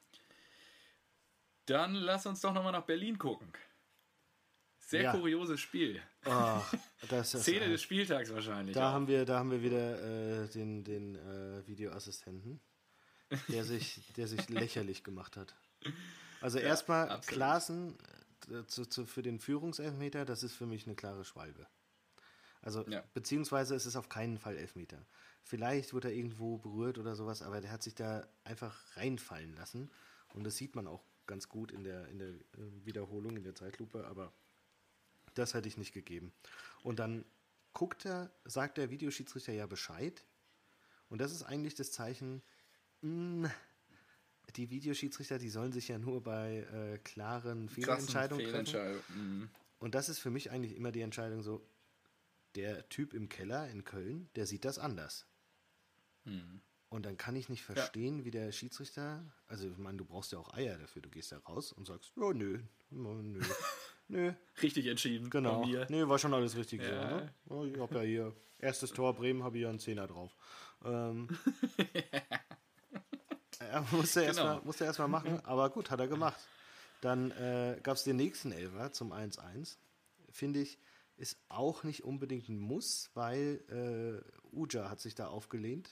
Dann lass uns doch nochmal nach Berlin gucken. Sehr kurioses Spiel. Oh, das ist Szene des Spieltags wahrscheinlich. Da haben wir wieder den Videoassistenten, der sich lächerlich gemacht hat. Also erstmal Klaassen für den Führungselfmeter, das ist für mich eine klare Schwalbe. Also beziehungsweise es ist auf keinen Fall Elfmeter. Vielleicht wird er irgendwo berührt oder sowas, aber der hat sich da einfach reinfallen lassen und das sieht man auch ganz gut in der Wiederholung, in der Zeitlupe, aber das hätte ich nicht gegeben. Und dann sagt der Videoschiedsrichter ja Bescheid und das ist eigentlich das Zeichen, die Videoschiedsrichter, die sollen sich ja nur bei klaren Fehlentscheidungen treffen. Und das ist für mich eigentlich immer die Entscheidung so, der Typ im Keller in Köln, der sieht das anders. Und dann kann ich nicht verstehen, wie der Schiedsrichter, also ich meine, du brauchst ja auch Eier dafür, du gehst da raus und sagst, ja, nö. Richtig entschieden. Genau. Von mir. Nee, war schon alles richtig so. Ne? Ich habe ja hier, erstes Tor Bremen, habe ich ja einen Zehner drauf. Er musste erst mal machen, aber gut, hat er gemacht. Dann gab es den nächsten Elfer zum 1-1. Finde ich, ist auch nicht unbedingt ein Muss, weil Uja hat sich da aufgelehnt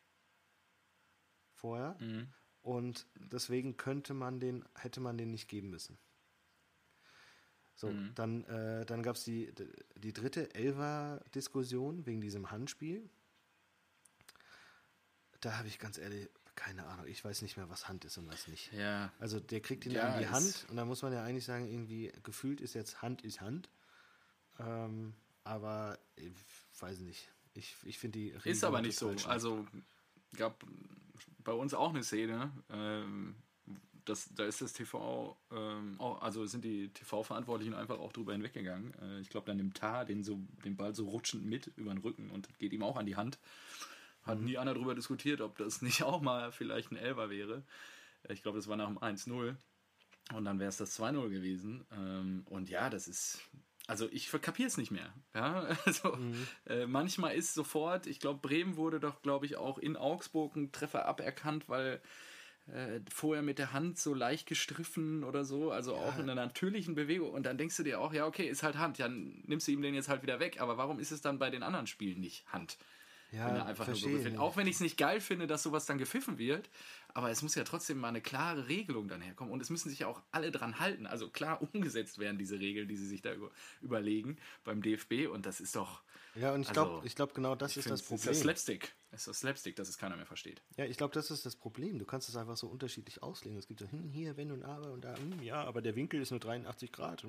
vorher und deswegen hätte man den nicht geben müssen. So, dann gab es die dritte Elfer-Diskussion wegen diesem Handspiel. Da habe ich ganz ehrlich keine Ahnung, ich weiß nicht mehr, was Hand ist und was nicht. Ja. Also der kriegt ihn an die Hand und da muss man ja eigentlich sagen, irgendwie gefühlt ist jetzt Hand ist Hand. Aber ich weiß nicht. Ich finde die Regeln ist aber nicht so. schlecht. Also gab bei uns auch eine Szene, da ist das TV, also sind die TV-Verantwortlichen einfach auch drüber hinweggegangen. Ich glaube, dann nimmt Tah den Ball so rutschend mit über den Rücken und geht ihm auch an die Hand. Hat nie einer darüber diskutiert, ob das nicht auch mal vielleicht ein Elfer wäre. Ich glaube, das war nach dem 1-0. Und dann wäre es das 2-0 gewesen. Und ja, das ist... Also ich kapiere es nicht mehr. Ja? Also, manchmal ist sofort... Ich glaube, Bremen wurde doch, glaube ich, auch in Augsburg ein Treffer aberkannt, weil vorher mit der Hand so leicht gestriffen oder so. Also auch in einer natürlichen Bewegung. Und dann denkst du dir auch, ja, okay, ist halt Hand. Dann nimmst du ihm den jetzt halt wieder weg. Aber warum ist es dann bei den anderen Spielen nicht Hand? Ja, wenn er einfach nur so gepfiffen. Auch wenn ich es nicht geil finde, dass sowas dann gepfiffen wird, aber es muss ja trotzdem mal eine klare Regelung dann herkommen und es müssen sich ja auch alle dran halten. Also klar umgesetzt werden diese Regeln, die sie sich da überlegen beim DFB und das ist doch... Ja, und ich glaube genau das ist das Problem. Es ist das Slapstick, dass es keiner mehr versteht. Ja, ich glaube, das ist das Problem. Du kannst es einfach so unterschiedlich auslegen. Es gibt so hier, wenn und aber und da, ja, aber der Winkel ist nur 83 Grad.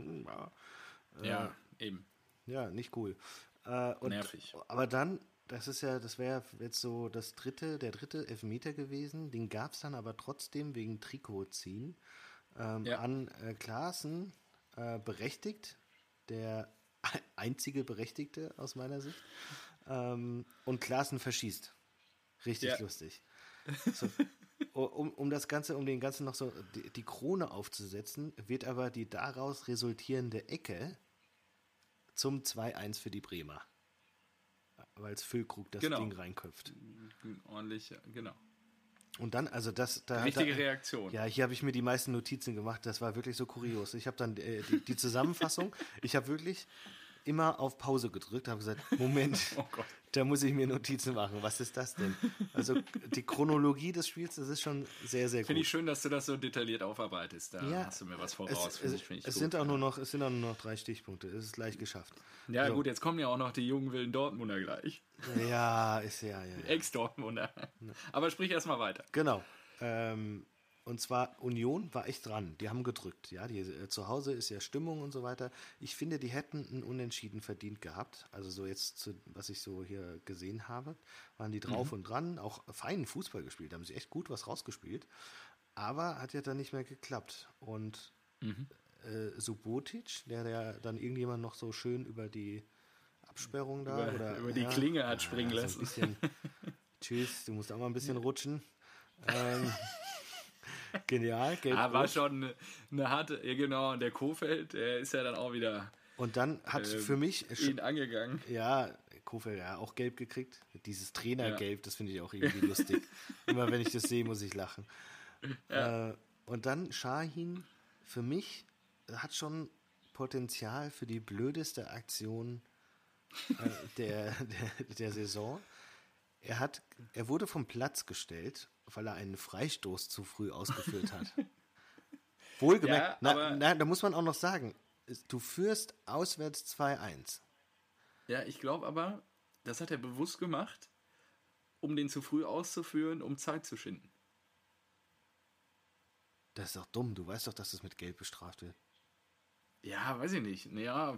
Ja, eben. Ja, nicht cool. Nervig. Aber dann... Das wäre jetzt so der dritte Elfmeter gewesen. Den gab es dann aber trotzdem wegen Trikotziehen an Klaassen berechtigt. Der einzige Berechtigte aus meiner Sicht. Und Klaassen verschießt. Richtig lustig. So, um den Ganzen noch so die Krone aufzusetzen, wird aber die daraus resultierende Ecke zum 2-1 für die Bremer. Weil es Füllkrug das Ding reinköpft. Ordentlich, genau. Und dann, also richtige Reaktion. Ja, hier habe ich mir die meisten Notizen gemacht. Das war wirklich so kurios. Ich habe dann die Zusammenfassung. Ich habe wirklich immer auf Pause gedrückt, habe gesagt, Moment, Oh Gott. da muss ich mir Notizen machen. Was ist das denn? Also die Chronologie des Spiels, das ist schon sehr, sehr gut. Finde ich schön, dass du das so detailliert aufarbeitest. Da Ja, hast du mir was voraus. es Finde ich gut. sind auch nur noch 3 Stichpunkte. Es ist gleich geschafft. Ja, So. gut, jetzt kommen ja auch noch die jungen wilden Dortmunder gleich. Ja, ja. Ex-Dortmunder. Aber sprich erstmal weiter. Genau. Und zwar Union war echt dran. Die haben gedrückt. Ja, zu Hause ist ja Stimmung und so weiter. Ich finde, die hätten ein Unentschieden verdient gehabt. Also so jetzt, was ich so hier gesehen habe, waren die drauf und dran. Auch feinen Fußball gespielt. Haben sie echt gut was rausgespielt. Aber hat ja dann nicht mehr geklappt. Und Subotic, der dann irgendjemand noch so schön über die Absperrung da über die Klinge hat springen so lassen. ein bisschen, tschüss, du musst auch mal ein bisschen rutschen. Genial, gelb. War schon eine harte, ja genau, und der Kofeld, der ist ja dann auch wieder Und dann hat für mich ihn angegangen. Ja, Kofeld ja auch gelb gekriegt. Dieses Trainergelb, das finde ich auch irgendwie lustig. Immer wenn ich das sehe, muss ich lachen. Ja. Und dann Şahin, für mich, hat schon Potenzial für die blödeste Aktion der Saison. Er wurde vom Platz gestellt, weil er einen Freistoß zu früh ausgeführt hat. Wohlgemerkt, da muss man auch noch sagen, du führst auswärts 2-1. Ja, ich glaube aber, das hat er bewusst gemacht, um den zu früh auszuführen, um Zeit zu schinden. Das ist doch dumm, du weißt doch, dass das mit Gelb bestraft wird. Ja, weiß ich nicht. Ja,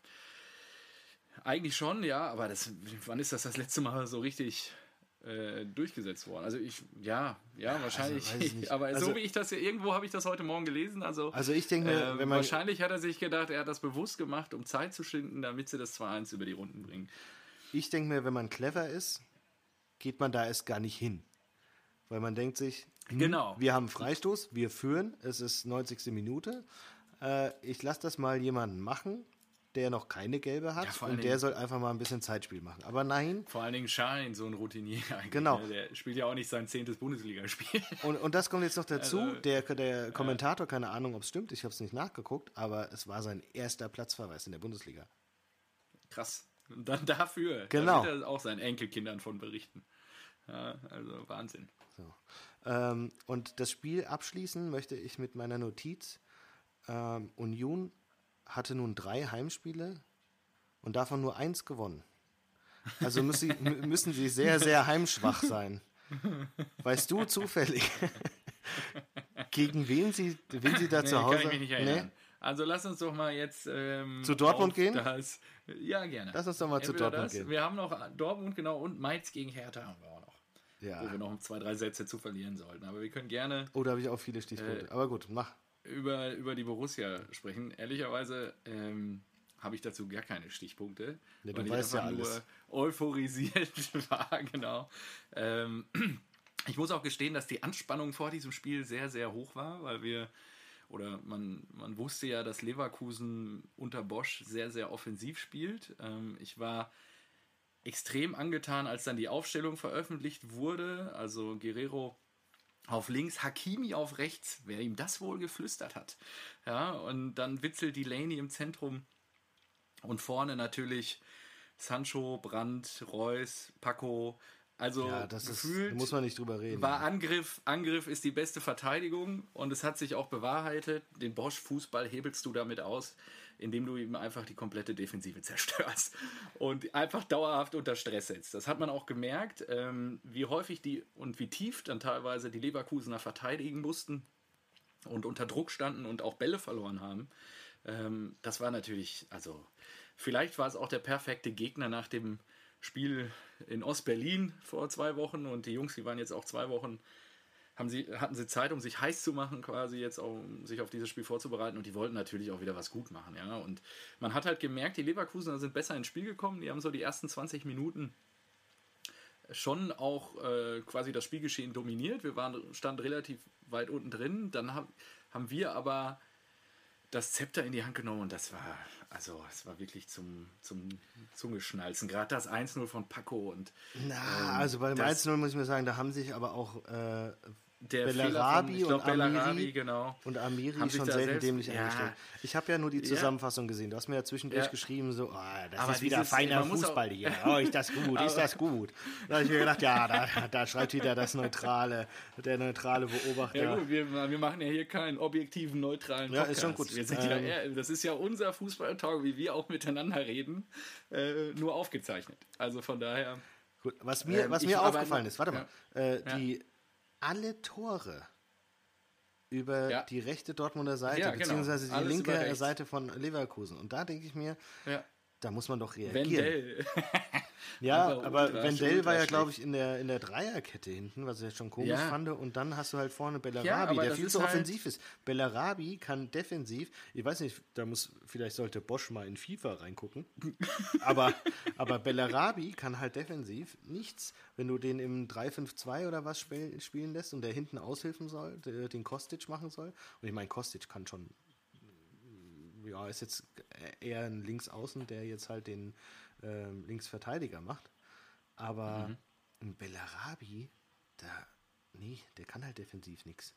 eigentlich schon, ja, aber wann ist das letzte Mal so richtig durchgesetzt worden? Also wahrscheinlich. Also, aber so wie ich das irgendwo habe ich das heute Morgen gelesen. Also ich denke, wenn man wahrscheinlich hat er sich gedacht, er hat das bewusst gemacht, um Zeit zu schinden, damit sie das 2-1 über die Runden bringen. Ich denke mir, wenn man clever ist, geht man da erst gar nicht hin. Weil man denkt sich, genau. Wir haben Freistoß, wir führen, es ist 90. Minute. Ich lasse das mal jemanden machen, der noch keine gelbe hat und der soll einfach mal ein bisschen Zeitspiel machen. Aber nein. Vor allen Dingen Schein, so ein Routinier eigentlich. Genau. Ne? Der spielt ja auch nicht sein 10. Bundesligaspiel. Und das kommt jetzt noch dazu. Also, der Kommentator, keine Ahnung, ob es stimmt, ich habe es nicht nachgeguckt, aber es war sein erster Platzverweis in der Bundesliga. Krass. Und dann dafür. Genau. Da wird er auch seinen Enkelkindern von berichten. Ja, also Wahnsinn. So. Und das Spiel abschließen möchte ich mit meiner Notiz. Union hatte nun 3 Heimspiele und davon nur 1 gewonnen. Also müssen sie sehr, sehr heimschwach sein. Weißt du zufällig, gegen wen sie da zu Hause... Kann ich mich nicht erinnern. Nee? Also lass uns doch mal jetzt... zu Dortmund gehen? Ja, gerne. Lass uns doch mal zu Dortmund gehen. Wir haben noch Dortmund, genau, und Mainz gegen Hertha haben wir auch noch. Ja. Wo wir noch 2, 3 Sätze zu verlieren sollten. Aber wir können gerne... Oh, da habe ich auch viele Stichpunkte. Aber gut, mach. Über die Borussia sprechen. Ehrlicherweise habe ich dazu gar keine Stichpunkte, ja, weil ich einfach nur euphorisiert war, genau. Ich muss auch gestehen, dass die Anspannung vor diesem Spiel sehr, sehr hoch war, weil man wusste ja, dass Leverkusen unter Bosch sehr, sehr offensiv spielt. Ich war extrem angetan, als dann die Aufstellung veröffentlicht wurde, also Guerrero auf links, Hakimi auf rechts, wer ihm das wohl geflüstert hat. Ja, und dann Witzel, Delaney im Zentrum und vorne natürlich Sancho, Brandt, Reus, Paco. Also ja, da muss man nicht drüber reden. War Angriff ist die beste Verteidigung und es hat sich auch bewahrheitet. Den Bosch-Fußball hebelst du damit aus, indem du ihm einfach die komplette Defensive zerstörst und einfach dauerhaft unter Stress setzt. Das hat man auch gemerkt, wie häufig wie tief dann teilweise die Leverkusener verteidigen mussten und unter Druck standen und auch Bälle verloren haben. Das war natürlich, also vielleicht war es auch der perfekte Gegner nach dem Spiel in Ostberlin vor 2 Wochen und die Jungs, die waren jetzt auch 2 Wochen, hatten sie Zeit, um sich heiß zu machen, quasi jetzt, um sich auf dieses Spiel vorzubereiten und die wollten natürlich auch wieder was gut machen, ja, und man hat halt gemerkt, die Leverkusener sind besser ins Spiel gekommen, die haben so die ersten 20 Minuten schon auch quasi das Spielgeschehen dominiert, standen relativ weit unten drin, dann haben wir aber das Zepter in die Hand genommen und es war wirklich zum Zungeschnalzen. Gerade das 1-0 von Paco und also bei dem 1-0 muss ich mir sagen, da haben sich aber auch der Bellarabi Fehler von, und Bellarabi, Amiri, genau. und Amiri Haben ist sich schon da selten selbst- dämlich ja. angestellt. Ich habe ja nur die Zusammenfassung gesehen. Du hast mir ja zwischendurch Ja. geschrieben, so, das Aber ist wieder dieses- feiner man muss Fußball auch- hier. Oh, ist das gut, ist das gut. Da habe ich mir gedacht, ja, da schreibt wieder der neutrale Beobachter. Ja gut, wir machen ja hier keinen objektiven, neutralen Ja, Podcast. ist schon gut. Wir sind ja eher, das ist ja unser Fußballtalk, wie wir auch miteinander reden, nur aufgezeichnet. Also von daher... Gut, was mir aufgefallen ist, warte mal, alle Tore über die rechte Dortmunder Seite, Ja, genau. beziehungsweise die Alles über linke rechts. Seite von Leverkusen. Und da denke ich mir, Ja. da muss man doch reagieren. Wendell. Ja, Einfach aber ultra- Wendell war ja, ultra glaube ich, in der Dreierkette hinten, was ich jetzt schon komisch Ja. fand. Und dann hast du halt vorne Ja, Bellarabi, aber der das viel ist zu halt- offensiv ist. Bellarabi kann defensiv, ich weiß nicht, vielleicht sollte Bosch mal in FIFA reingucken, aber Bellarabi kann halt defensiv nichts, wenn du den im 3-5-2 oder was spielen lässt und der hinten aushilfen soll, den Kostic machen soll. Und ich meine, Kostic kann schon, ja, ist jetzt eher ein Linksaußen, der jetzt halt den Linksverteidiger macht. Aber ein Bellarabi, der kann halt defensiv nichts.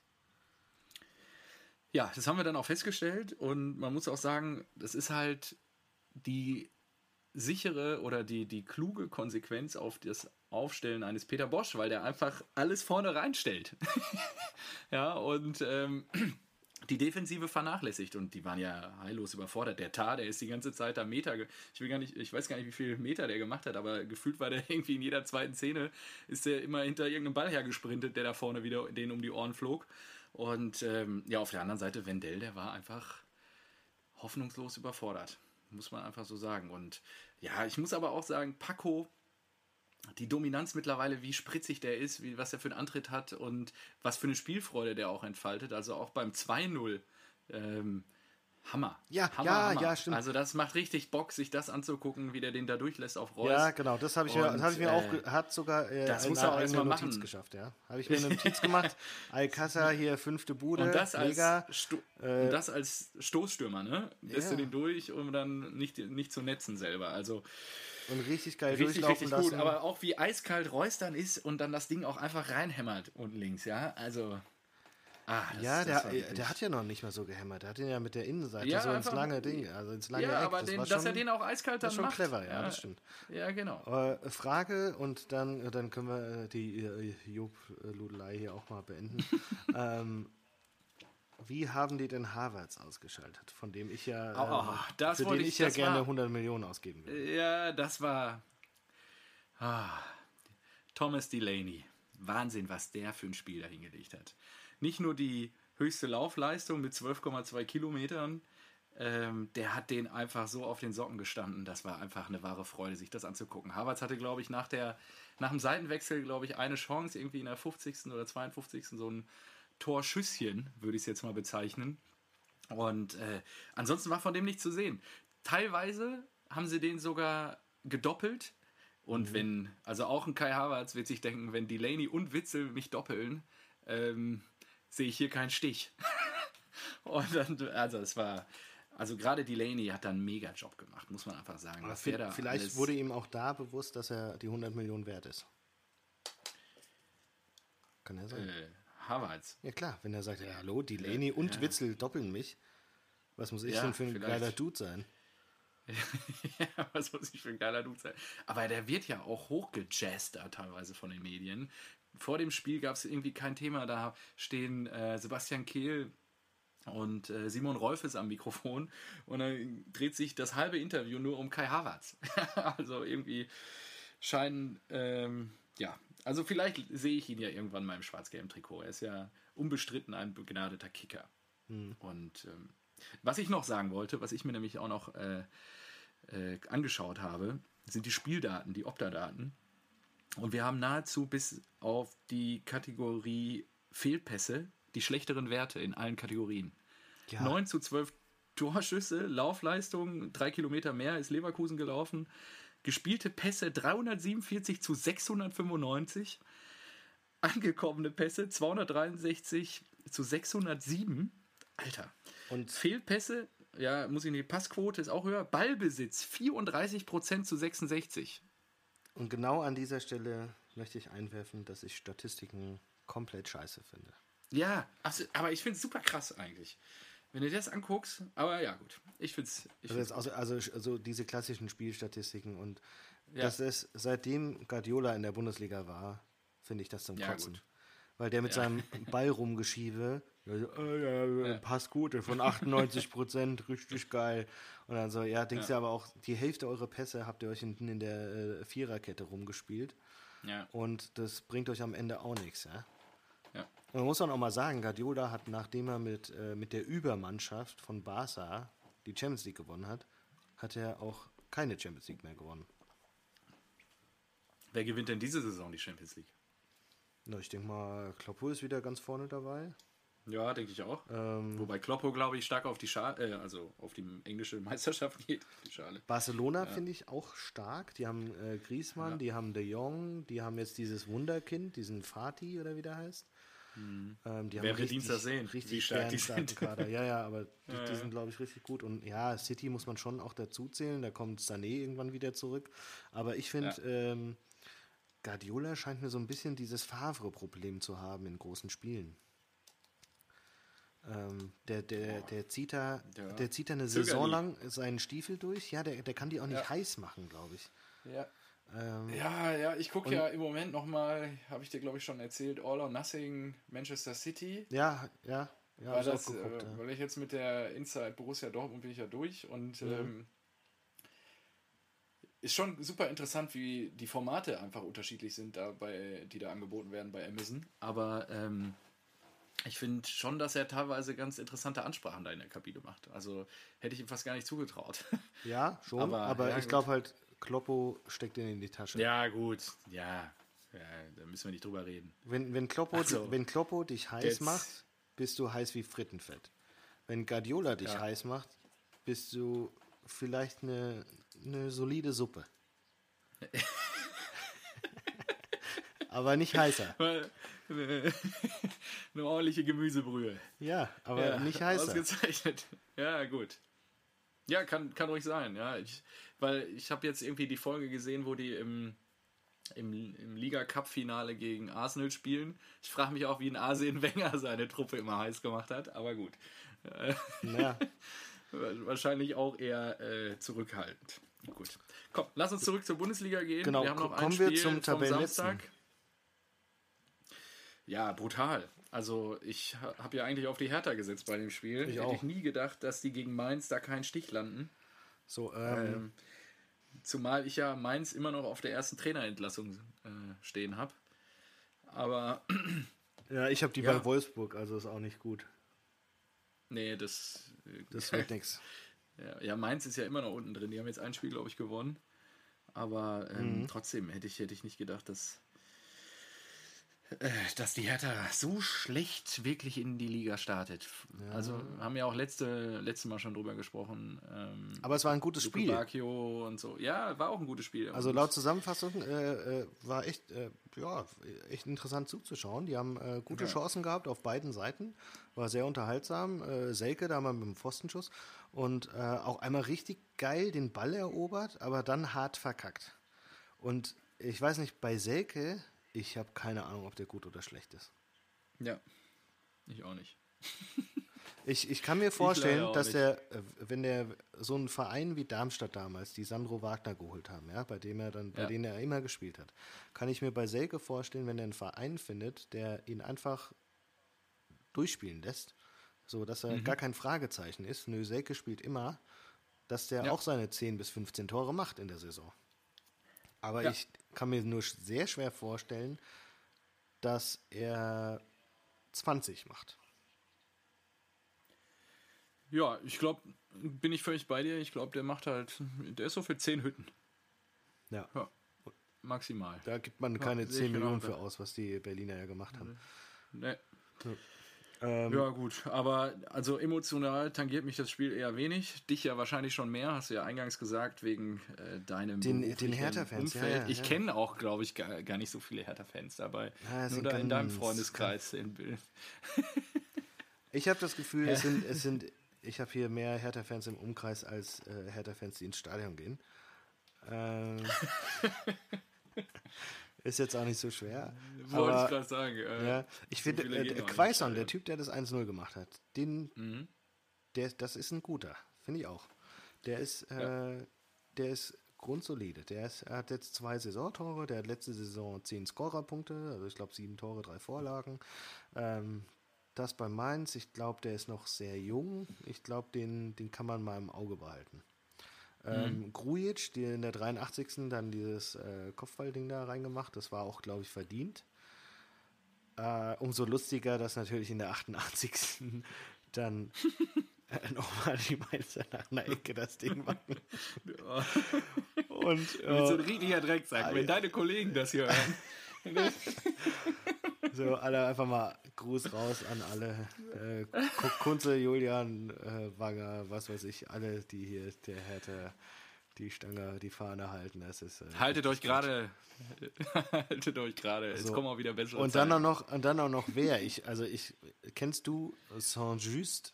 Ja, das haben wir dann auch festgestellt und man muss auch sagen, das ist halt die sichere oder die kluge Konsequenz auf das Aufstellen eines Peter Bosch, weil der einfach alles vorne reinstellt. Ja, und die Defensive vernachlässigt und die waren ja heillos überfordert. Der Tar, der ist die ganze Zeit da ich weiß gar nicht, wie viele Meter der gemacht hat, aber gefühlt war der irgendwie in jeder zweiten Szene, ist der immer hinter irgendeinem Ball hergesprintet, der da vorne wieder denen um die Ohren flog. Und auf der anderen Seite, Wendell, der war einfach hoffnungslos überfordert, muss man einfach so sagen. Und ja, ich muss aber auch sagen, Paco, die Dominanz mittlerweile, wie spritzig der ist, was er für einen Antritt hat und was für eine Spielfreude der auch entfaltet. Also auch beim 2-0. Hammer. Ja, Hammer. stimmt. Also das macht richtig Bock, sich das anzugucken, wie der den da durchlässt auf Reus. Ja, genau, das habe ich mir auch, hat sogar das muss eine er auch erst mal Notiz machen. geschafft, ja. Habe ich mir eine Notiz gemacht. Alcázar hier 5. Bude, Und das mega. als Stoßstürmer, ne? Lässt du den durch, um dann nicht zu netzen selber. Also Und richtig geil richtig durchlaufen gut. lassen. Aber auch wie eiskalt Reus dann ist und dann das Ding auch einfach reinhämmert unten links, ja. Also der hat ja noch nicht mal so gehämmert. Der hat ihn ja mit der Innenseite Ja, so ins einfach- lange Ding, also ins lange ja, Eck. aber Das war dass er schon- den auch eiskalt dann das ist schon macht. clever, ja, das stimmt. Ja, genau. Frage und dann können wir die Job-Ludelei hier auch mal beenden. Wie haben die denn Havertz ausgeschaltet, von dem ich ja, das für wollte den ich- ich ja das gerne war- 100 Millionen ausgeben würde? Ja, das war Thomas Delaney. Wahnsinn, was der für ein Spiel da hingelegt hat. Nicht nur die höchste Laufleistung mit 12,2 Kilometern, der hat den einfach so auf den Socken gestanden. Das war einfach eine wahre Freude, sich das anzugucken. Havertz hatte, glaube ich, nach dem Seitenwechsel, glaube ich, eine Chance, irgendwie in der 50. oder 52. so ein Torschüsschen, würde ich es jetzt mal bezeichnen. Und ansonsten war von dem nichts zu sehen. Teilweise haben sie den sogar gedoppelt. Und also auch ein Kai Havertz wird sich denken, wenn Delaney und Witzel mich doppeln, sehe ich hier keinen Stich. Und dann, also gerade Delaney hat da einen Mega-Job gemacht, muss man einfach sagen. Aber Was der da vielleicht alles- wurde ihm auch da bewusst, dass er die 100 Millionen wert ist. Kann er sein. Havertz. Ja klar, wenn er sagt, ja hallo, Delaney und Witzel doppeln mich, was muss ich Ja, denn für ein vielleicht. geiler Dude sein? Ja, was muss ich für ein geiler Dude sein. Aber der wird ja auch hochgejazzt da teilweise von den Medien. Vor dem Spiel gab es irgendwie kein Thema. Da stehen Sebastian Kehl und Simon Rolfes am Mikrofon und dann dreht sich das halbe Interview nur um Kai Havertz. Also irgendwie scheinen, also vielleicht sehe ich ihn ja irgendwann mal im schwarz-gelben Trikot. Er ist ja unbestritten ein begnadeter Kicker. Und was ich noch sagen wollte, was ich mir nämlich auch noch angeschaut habe, sind die Spieldaten, die Opta-Daten. Und wir haben nahezu bis auf die Kategorie Fehlpässe die schlechteren Werte in allen Kategorien. Ja. 9:12 Torschüsse, Laufleistung, 3 Kilometer mehr ist Leverkusen gelaufen. Gespielte Pässe 347:695. Angekommene Pässe 263:607. Alter. Und Fehlpässe, ja, muss ich nicht, Passquote ist auch höher. Ballbesitz 34%:66. Und genau an dieser Stelle möchte ich einwerfen, dass ich Statistiken komplett scheiße finde. Ja, aber ich finde es super krass eigentlich. Wenn du das anguckst, aber ja gut, ich finde es. Also diese klassischen Spielstatistiken und Ja. das ist, seitdem Guardiola in der Bundesliga war, finde ich das zum Ja, Kotzen. gut. Weil der mit seinem Ball rumgeschiebe, passt gut, von 98%, richtig geil. Und dann so, denkst du aber auch, die Hälfte eurer Pässe habt ihr euch hinten in der Viererkette rumgespielt. Ja. Und das bringt euch am Ende auch nichts, ja. Ja. Und man muss auch mal sagen, Guardiola hat, nachdem er mit der Übermannschaft von Barca die Champions League gewonnen hat, hat er auch keine Champions League mehr gewonnen. Wer gewinnt denn diese Saison die Champions League? Na, ich denke mal, Kloppo ist wieder ganz vorne dabei. Ja, denke ich auch. Wobei Kloppo, glaube ich, stark auf die Schale, also auf die englische Meisterschaft geht. Die Schale. Barcelona finde ich auch stark. Die haben Griezmann, die haben De Jong, die haben jetzt dieses Wunderkind, diesen Fatih oder wie der heißt. Die haben Wäre Dienstag sehen, richtig wie stark die sind. Kader. Ja, aber die sind, glaube ich, richtig gut. Und ja, City muss man schon auch dazu zählen. Da kommt Sané irgendwann wieder zurück. Aber ich finde, Guardiola scheint mir so ein bisschen dieses Favre-Problem zu haben in großen Spielen. Der zieht da eine Saison lang seinen Stiefel durch. Ja, der kann die auch nicht heiß machen, glaube ich. Ja. Ich gucke ja im Moment nochmal, habe ich dir, glaube ich, schon erzählt, All or Nothing Manchester City. Ja. Weil ich jetzt mit der Inside Borussia Dortmund bin ich ja durch und ist schon super interessant, wie die Formate einfach unterschiedlich sind, die da angeboten werden bei Amazon. Aber ich finde schon, dass er teilweise ganz interessante Ansprachen da in der Kabine macht. Also hätte ich ihm fast gar nicht zugetraut. Ja, schon, aber ich glaube halt, Kloppo steckt ihn in die Tasche. Ja, gut. Ja, da müssen wir nicht drüber reden. Wenn Kloppo dich heiß macht, bist du heiß wie Frittenfett. Wenn Guardiola dich heiß macht, bist du vielleicht eine solide Suppe. Aber nicht heißer. Eine ordentliche Gemüsebrühe. Ja, aber nicht heißer. Ausgezeichnet. Ja, gut. Ja, kann ruhig sein. Ja, weil ich habe jetzt irgendwie die Folge gesehen, wo die im Liga-Cup-Finale gegen Arsenal spielen. Ich frage mich auch, wie ein Arsene Wenger seine Truppe immer heiß gemacht hat, aber gut. Ja. Wahrscheinlich auch eher zurückhaltend. Gut. Komm, lass uns zurück zur Bundesliga gehen. Genau, wir haben noch kommen ein Spiel wir zum vom Tabellenletzten. Samstag. Ja, brutal. Also ich habe ja eigentlich auf die Hertha gesetzt bei dem Spiel. Ich Hätte auch. ich nie gedacht, dass die gegen Mainz da keinen Stich landen. So, Zumal ich ja Mainz immer noch auf der ersten Trainerentlassung stehen habe. Aber ja, ich habe die bei Wolfsburg, also ist auch nicht gut. nee, das wird nichts. Ja, Mainz ist ja immer noch unten drin. Die haben jetzt ein Spiel, glaube ich, gewonnen. Aber trotzdem hätte ich nicht gedacht, dass die Hertha so schlecht wirklich in die Liga startet. Ja. Also haben wir auch letztes Mal schon drüber gesprochen. Aber es war ein gutes Spiel. Bakio und so. Ja, war auch ein gutes Spiel. Also laut Zusammenfassung war echt interessant zuzuschauen. Die haben gute Chancen gehabt auf beiden Seiten. War sehr unterhaltsam. Selke da mal mit dem Pfostenschuss. Und auch einmal richtig geil den Ball erobert, aber dann hart verkackt. Und ich weiß nicht, bei Selke... Ich habe keine Ahnung, ob der gut oder schlecht ist. Ja, ich auch nicht. Ich kann mir vorstellen, dass wenn der so einen Verein wie Darmstadt damals, die Sandro Wagner geholt haben, ja, bei denen er immer gespielt hat, kann ich mir bei Selke vorstellen, wenn er einen Verein findet, der ihn einfach durchspielen lässt, so dass er gar kein Fragezeichen ist. Nö, Selke spielt immer, dass der auch seine 10 bis 15 Tore macht in der Saison. Aber ich kann mir nur sehr schwer vorstellen, dass er 20 macht. Ja, ich glaube, bin ich völlig bei dir. Ich glaube, der ist so für 10 Hütten. Ja. Maximal. Da gibt man keine 10 Millionen für aus, was die Berliner ja gemacht haben. Nee. Ja gut, aber also emotional tangiert mich das Spiel eher wenig. Dich ja wahrscheinlich schon mehr, hast du ja eingangs gesagt, wegen deinem den Hertha-Fans. Umfeld. Ja. Ich kenne auch, glaube ich, gar nicht so viele Hertha-Fans dabei. Nur da in deinem Freundeskreis. Ich habe das Gefühl, ich habe hier mehr Hertha-Fans im Umkreis als Hertha-Fans, die ins Stadion gehen. Ist jetzt auch nicht so schwer. Wollte ich gerade sagen. Ja, ich so finde, viele gehen auch nicht Quaison, ins der Stadion. Typ, der das 1-0 gemacht hat, das ist ein guter, finde ich auch. Der ist, Ja. der ist grundsolide. Er hat jetzt 2 Saisontore, der hat letzte Saison 10 Scorerpunkte, also ich glaube 7 Tore, 3 Vorlagen. Das bei Mainz, ich glaube, der ist noch sehr jung. Ich glaube, den kann man mal im Auge behalten. Grujic, die in der 83. dann dieses Kopfballding da reingemacht, das war auch, glaube ich, verdient. Umso lustiger, dass natürlich in der 88. dann nochmal die Mainzer nach einer Ecke das Ding machen. Und Du bist so ein richtiger Drecksack, wenn deine Kollegen das hier hören. so, alle einfach mal Gruß raus an alle. Kunze, Julian, Wanger, was weiß ich, alle, die hier der Hertha die Stange, die Fahne halten. Das ist, Haltet euch gerade. Haltet euch gerade. Es so. kommen auch wieder bessere Und Zeiten. dann auch noch wer? Kennst du Saint-Just?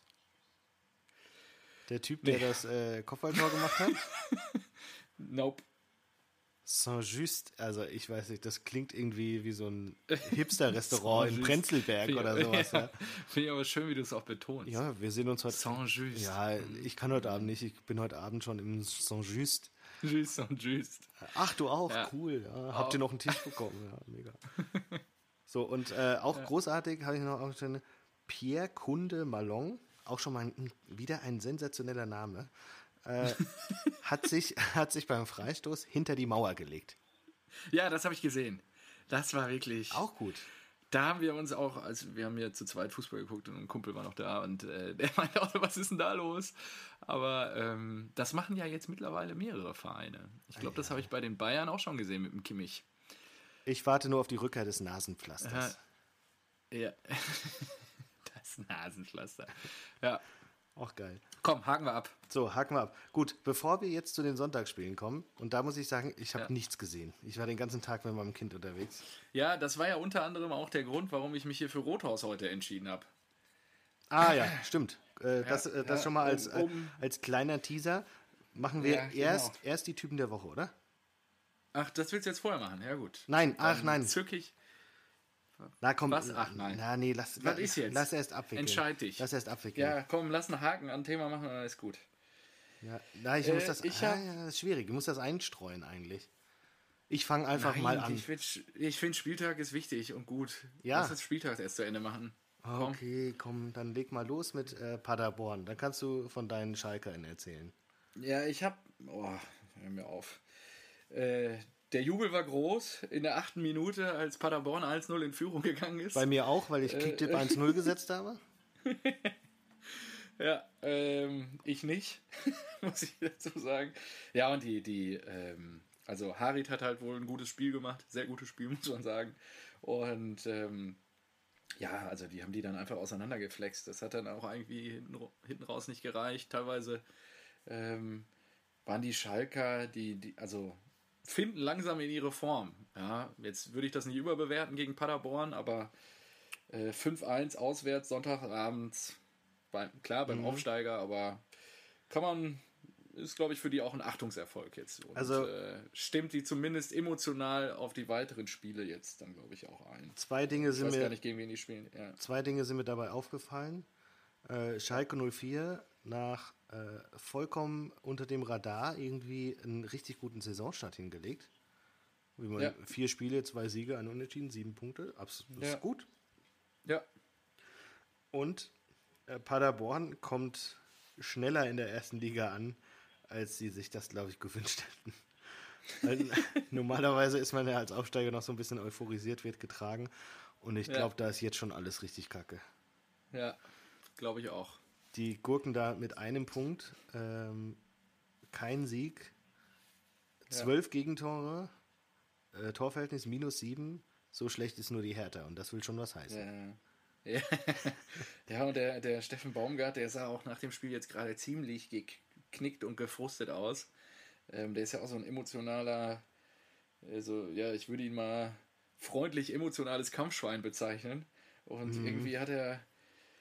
Der Typ, der das Kopfballtor gemacht hat? Nope. Saint-Just, also ich weiß nicht, das klingt irgendwie wie so ein Hipster-Restaurant in Saint-Just. Prenzlberg oder sowas. Ja. Finde ich aber schön, wie du es auch betonst. Ja, wir sehen uns heute. Saint-Just. Ja, ich kann heute Abend nicht. Ich bin heute Abend schon im Saint-Just. Just und Just. Ach, du auch? Ja. Cool. Ja. Habt ihr noch einen Tisch bekommen? Ja, mega. So, und auch großartig habe ich noch aufgestellt, Pierre Kunde Malong, auch schon mal wieder ein sensationeller Name, hat sich beim Freistoß hinter die Mauer gelegt. Ja, das habe ich gesehen. Das war wirklich. Auch gut. Da haben wir uns auch, also wir haben ja zu zweit Fußball geguckt und ein Kumpel war noch da und der meinte auch, was ist denn da los? Aber das machen ja jetzt mittlerweile mehrere Vereine. Ich glaube, das habe ich bei den Bayern auch schon gesehen mit dem Kimmich. Ich warte nur auf die Rückkehr des Nasenpflasters. Ja. Das Nasenpflaster. Ja. Auch geil. Komm, haken wir ab. So, haken wir ab. Gut, bevor wir jetzt zu den Sonntagsspielen kommen, und da muss ich sagen, ich habe nichts gesehen. Ich war den ganzen Tag mit meinem Kind unterwegs. Ja, das war ja unter anderem auch der Grund, warum ich mich hier für Rothaus heute entschieden habe. Ah ja, stimmt. Das schon mal als kleiner Teaser. Machen wir Ja, genau. erst die Typen der Woche, oder? Ach, das willst du jetzt vorher machen? Ja, gut. Nein, nein. Zückig. Na komm. Was? Ach nein. Na nee, lass ist jetzt? Lass erst abwickeln. Entscheid dich. Lass erst abwickeln. Ja, komm, lass einen Haken an Thema machen, dann ist gut. Ja, na, ich muss das. Das ist schwierig. Ich muss das einstreuen eigentlich. Ich fange einfach mal an. Ich finde, Spieltag ist wichtig und gut. Ja. Lass das Spieltag erst zu Ende machen. Okay, komm, dann leg mal los mit Paderborn. Dann kannst du von deinen Schalkern erzählen. Ja, ich hab. Oh, hör mir auf. Der Jubel war groß in der 8. Minute, als Paderborn 1-0 in Führung gegangen ist. Bei mir auch, weil ich Kicktipp 1-0 gesetzt habe. Ja, ich nicht, muss ich dazu sagen. Ja, und also Harit hat halt wohl ein gutes Spiel gemacht, sehr gutes Spiel, muss man sagen. Und ja, also die haben die dann einfach auseinandergeflext. Das hat dann auch irgendwie hinten raus nicht gereicht. Teilweise waren die Schalker, also finden langsam in ihre Form. Ja, jetzt würde ich das nicht überbewerten gegen Paderborn, aber 5-1 auswärts, Sonntagabends, beim Aufsteiger, aber ist, glaube ich, für die auch ein Achtungserfolg jetzt. Und Also stimmt die zumindest emotional auf die weiteren Spiele jetzt dann, glaube ich, auch ein. Zwei Dinge sind Ich weiß mir gar nicht, gegen wen die spielen. Ja. Zwei Dinge sind mir dabei aufgefallen. Schalke 04 nach vollkommen unter dem Radar irgendwie einen richtig guten Saisonstart hingelegt. 4 Spiele, 2 Siege, 1 Unentschieden, 7 Punkte. Absolut ist gut. Ja. Und Paderborn kommt schneller in der ersten Liga an, als sie sich das, glaube ich, gewünscht hätten. Weil normalerweise ist man ja als Aufsteiger noch so ein bisschen euphorisiert, wird getragen. Und ich glaube, da ist jetzt schon alles richtig kacke. Ja, glaube ich auch. Die Gurken da mit einem Punkt, kein Sieg, 12 Gegentore, Torverhältnis -7, so schlecht ist nur die Hertha und das will schon was heißen. Ja, und der Steffen Baumgart, der sah auch nach dem Spiel jetzt gerade ziemlich geknickt und gefrustet aus. Der ist ja auch so ein emotionaler, also ja, ich würde ihn mal freundlich emotionales Kampfschwein bezeichnen. Und irgendwie hat er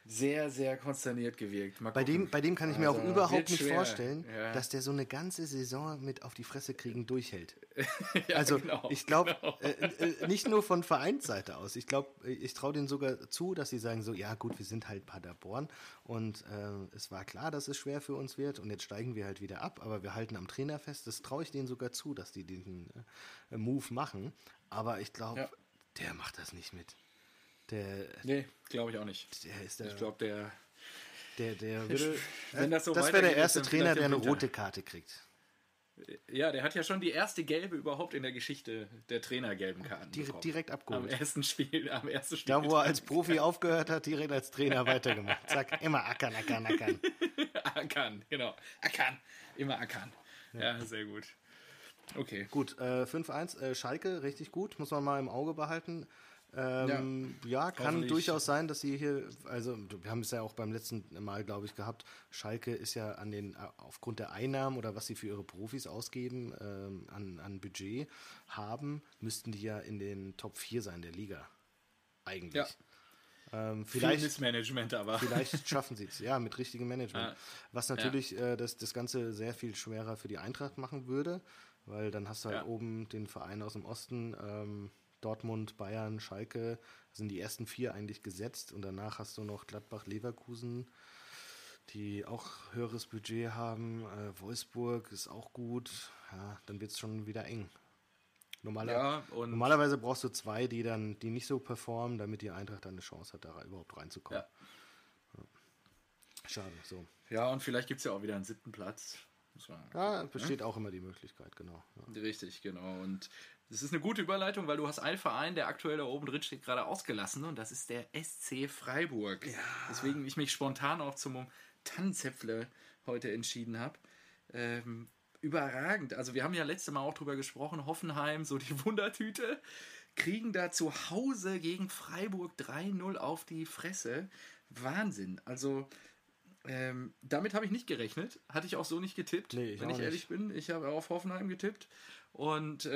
sehr, sehr konsterniert gewirkt. Bei dem kann ich mir auch überhaupt nicht schwer. vorstellen, dass der so eine ganze Saison mit auf die Fresse kriegen durchhält. Also ich glaube, nicht nur von Vereinsseite aus, ich glaube, ich traue denen sogar zu, dass sie sagen so, ja gut, wir sind halt Paderborn und es war klar, dass es schwer für uns wird und jetzt steigen wir halt wieder ab, aber wir halten am Trainer fest, das traue ich denen sogar zu, dass die diesen Move machen, aber ich glaube, der macht das nicht mit. Nee, glaube ich auch nicht. Ich glaube, der würde, wenn das so wäre der weitergeht, erste dann Trainer, vielleicht der eine Winter. rote Karte kriegt. Ja, der hat ja schon die erste gelbe überhaupt in der Geschichte der Trainergelben Karten bekommen. Direkt abgeholt. Am ersten Spiel. Da, wo er als Profi aufgehört hat, direkt als Trainer weitergemacht. Zack, immer ackern. Ackern, genau. Ackern. Immer ackern. Ja, sehr gut. Okay. Gut, 5-1, Schalke, richtig gut, muss man mal im Auge behalten. Ja, kann durchaus sein, dass sie hier, also wir haben es ja auch beim letzten Mal, glaube ich, gehabt, Schalke ist ja aufgrund der Einnahmen oder was sie für ihre Profis ausgeben, an Budget haben, müssten die ja in den Top 4 sein der Liga. Eigentlich. Ja. Vielleicht Missmanagement aber. Vielleicht schaffen sie es, ja, mit richtigem Management. Was natürlich das Ganze sehr viel schwerer für die Eintracht machen würde, weil dann hast du halt oben den Verein aus dem Osten, Dortmund, Bayern, Schalke, sind die ersten 4 eigentlich gesetzt und danach hast du noch Gladbach, Leverkusen, die auch höheres Budget haben, Wolfsburg ist auch gut, ja, dann wird es schon wieder eng. Normalerweise brauchst du 2, die nicht so performen, damit die Eintracht dann eine Chance hat, da überhaupt reinzukommen. Ja. Schade, so. Ja, und vielleicht gibt es ja auch wieder einen 7. Platz. Besteht auch immer die Möglichkeit, genau. Ja. Richtig, genau. Und das ist eine gute Überleitung, weil du hast einen Verein, der aktuell da oben drin steht, gerade ausgelassen und das ist der SC Freiburg. Ja. Weswegen ich mich spontan auch zum Tannenzäpfle heute entschieden habe. Überragend. Also wir haben ja letztes Mal auch drüber gesprochen, Hoffenheim, so die Wundertüte, kriegen da zu Hause gegen Freiburg 3-0 auf die Fresse. Wahnsinn. Also damit habe ich nicht gerechnet. Hatte ich auch so nicht getippt, wenn ich ehrlich bin. Ich habe auf Hoffenheim getippt. Und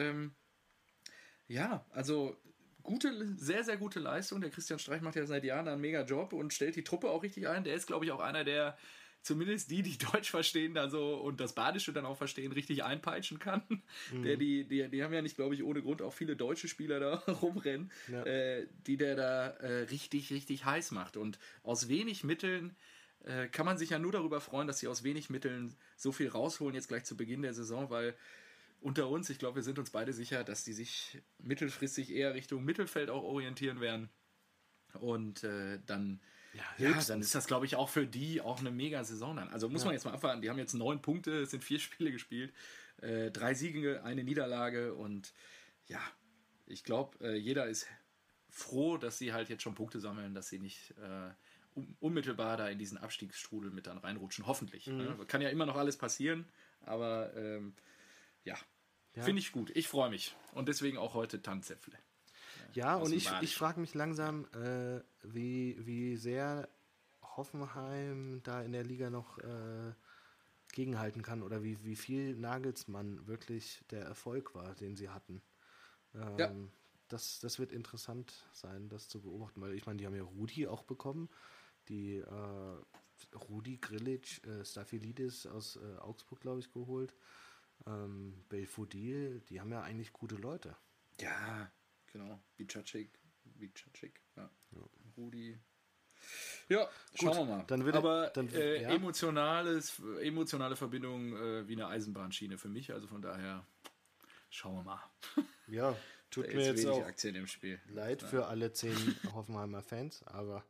also sehr, sehr gute Leistung. Der Christian Streich macht ja seit Jahren einen mega Job und stellt die Truppe auch richtig ein. Der ist, glaube ich, auch einer, der zumindest die Deutsch verstehen und das Badische dann auch verstehen, richtig einpeitschen kann. Mhm. Die haben ja nicht, glaube ich, ohne Grund auch viele deutsche Spieler da rumrennen, die der da richtig, richtig heiß macht. Und aus wenig Mitteln kann man sich ja nur darüber freuen, dass sie aus wenig Mitteln so viel rausholen, jetzt gleich zu Beginn der Saison, weil unter uns, ich glaube, wir sind uns beide sicher, dass die sich mittelfristig eher Richtung Mittelfeld auch orientieren werden. Und dann ist das, glaube ich, auch für die auch eine mega Saison dann. Also muss man jetzt mal abwarten, die haben jetzt 9 Punkte, es sind 4 Spiele gespielt, 3 Siege, 1 Niederlage und ja, ich glaube, jeder ist froh, dass sie halt jetzt schon Punkte sammeln, dass sie nicht unmittelbar da in diesen Abstiegsstrudel mit dann reinrutschen, hoffentlich. Ne? Kann ja immer noch alles passieren, aber finde ich gut. Ich freue mich. Und deswegen auch heute Tannenzäpfle. Ja, und ich frage mich langsam, wie sehr Hoffenheim da in der Liga noch gegenhalten kann oder wie viel Nagelsmann wirklich der Erfolg war, den sie hatten. Das wird interessant sein, das zu beobachten, weil ich meine, die haben ja Rudi auch bekommen. Die Rudi, Grilic, Staphylides aus Augsburg, glaube ich, geholt. Belfodil, die haben ja eigentlich gute Leute. Ja, genau. Bicacek, ja. Rudi. Ja, schauen wir mal. Emotionale Verbindung wie eine Eisenbahnschiene für mich, also von daher schauen wir mal. Ja, tut mir jetzt auch Aktien im Spiel. Leid für alle 10 Hoffenheimer Fans, aber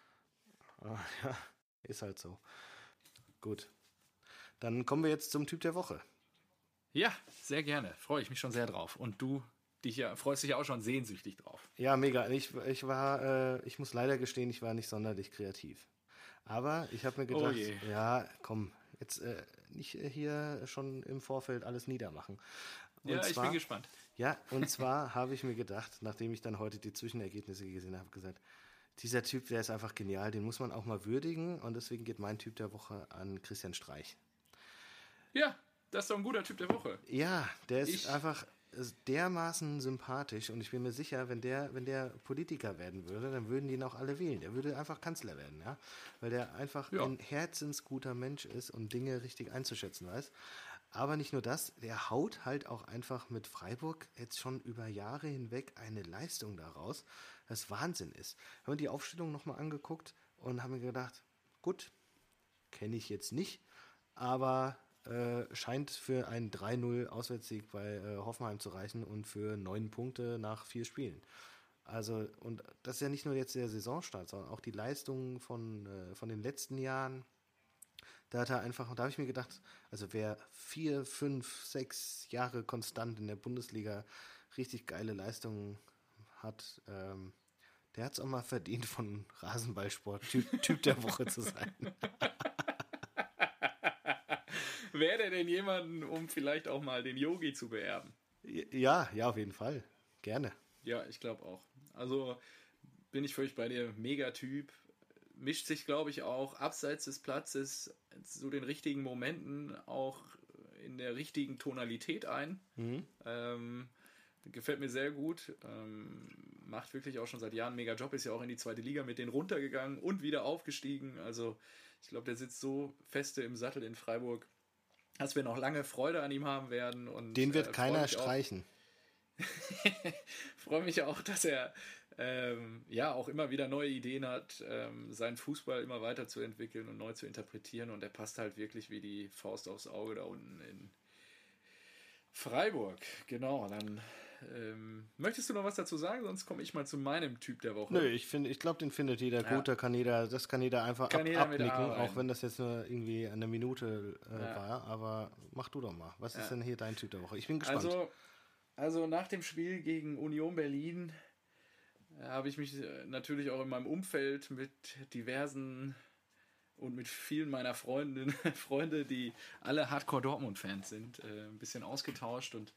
ist halt so. Gut. Dann kommen wir jetzt zum Typ der Woche. Ja, sehr gerne. Freue ich mich schon sehr drauf. Und du freust dich ja auch schon sehnsüchtig drauf. Ja, mega. Ich muss leider gestehen, ich war nicht sonderlich kreativ. Aber ich habe mir gedacht, jetzt nicht hier schon im Vorfeld alles niedermachen. Ich bin gespannt. Ja, und zwar habe ich mir gedacht, nachdem ich dann heute die Zwischenergebnisse gesehen habe, gesagt, dieser Typ, der ist einfach genial, den muss man auch mal würdigen und deswegen geht mein Typ der Woche an Christian Streich. Ja, das ist doch ein guter Typ der Woche. Ja, der ist einfach dermaßen sympathisch und ich bin mir sicher, wenn der Politiker werden würde, dann würden die ihn auch alle wählen. Der würde einfach Kanzler werden, ja, weil der einfach ein herzensguter Mensch ist und Dinge richtig einzuschätzen weiß. Aber nicht nur das, der haut halt auch einfach mit Freiburg jetzt schon über Jahre hinweg eine Leistung daraus, das Wahnsinn ist. Haben wir die Aufstellung nochmal angeguckt und haben mir gedacht, gut, kenne ich jetzt nicht, aber scheint für einen 3-0 Auswärtssieg bei Hoffenheim zu reichen und für 9 Punkte nach 4 Spielen. Also, und das ist ja nicht nur jetzt der Saisonstart, sondern auch die Leistungen von den letzten Jahren. Da habe ich mir gedacht, also wer 4, 5, 6 Jahre konstant in der Bundesliga richtig geile Leistungen hat, der hat es auch mal verdient, von Rasenballsport Typ der Woche zu sein. Wäre der denn jemanden, um vielleicht auch mal den Yogi zu beerben? Ja, auf jeden Fall. Gerne. Ja, ich glaube auch. Also bin ich völlig bei dir. Megatyp. Mischt sich, glaube ich, auch abseits des Platzes zu den richtigen Momenten auch in der richtigen Tonalität ein. Gefällt mir sehr gut. Macht wirklich auch schon seit Jahren einen mega Job. Ist ja auch in die 2. Liga mit denen runtergegangen und wieder aufgestiegen. Also ich glaube, der sitzt so feste im Sattel in Freiburg, dass wir noch lange Freude an ihm haben werden. Und, den wird keiner streichen. Freue mich auch, dass er auch immer wieder neue Ideen hat, seinen Fußball immer weiterzuentwickeln und neu zu interpretieren. Und er passt halt wirklich wie die Faust aufs Auge da unten in Freiburg. Genau, dann möchtest du noch was dazu sagen? Sonst komme ich mal zu meinem Typ der Woche. Nö, ich glaube, den findet jeder gut. Das kann jeder einfach abnicken, auch wenn das jetzt nur irgendwie eine Minute war. Aber mach du doch mal. Was ist denn hier dein Typ der Woche? Ich bin gespannt. Also nach dem Spiel gegen Union Berlin habe ich mich natürlich auch in meinem Umfeld mit diversen und mit vielen meiner Freunde, die alle Hardcore-Dortmund-Fans sind, ein bisschen ausgetauscht und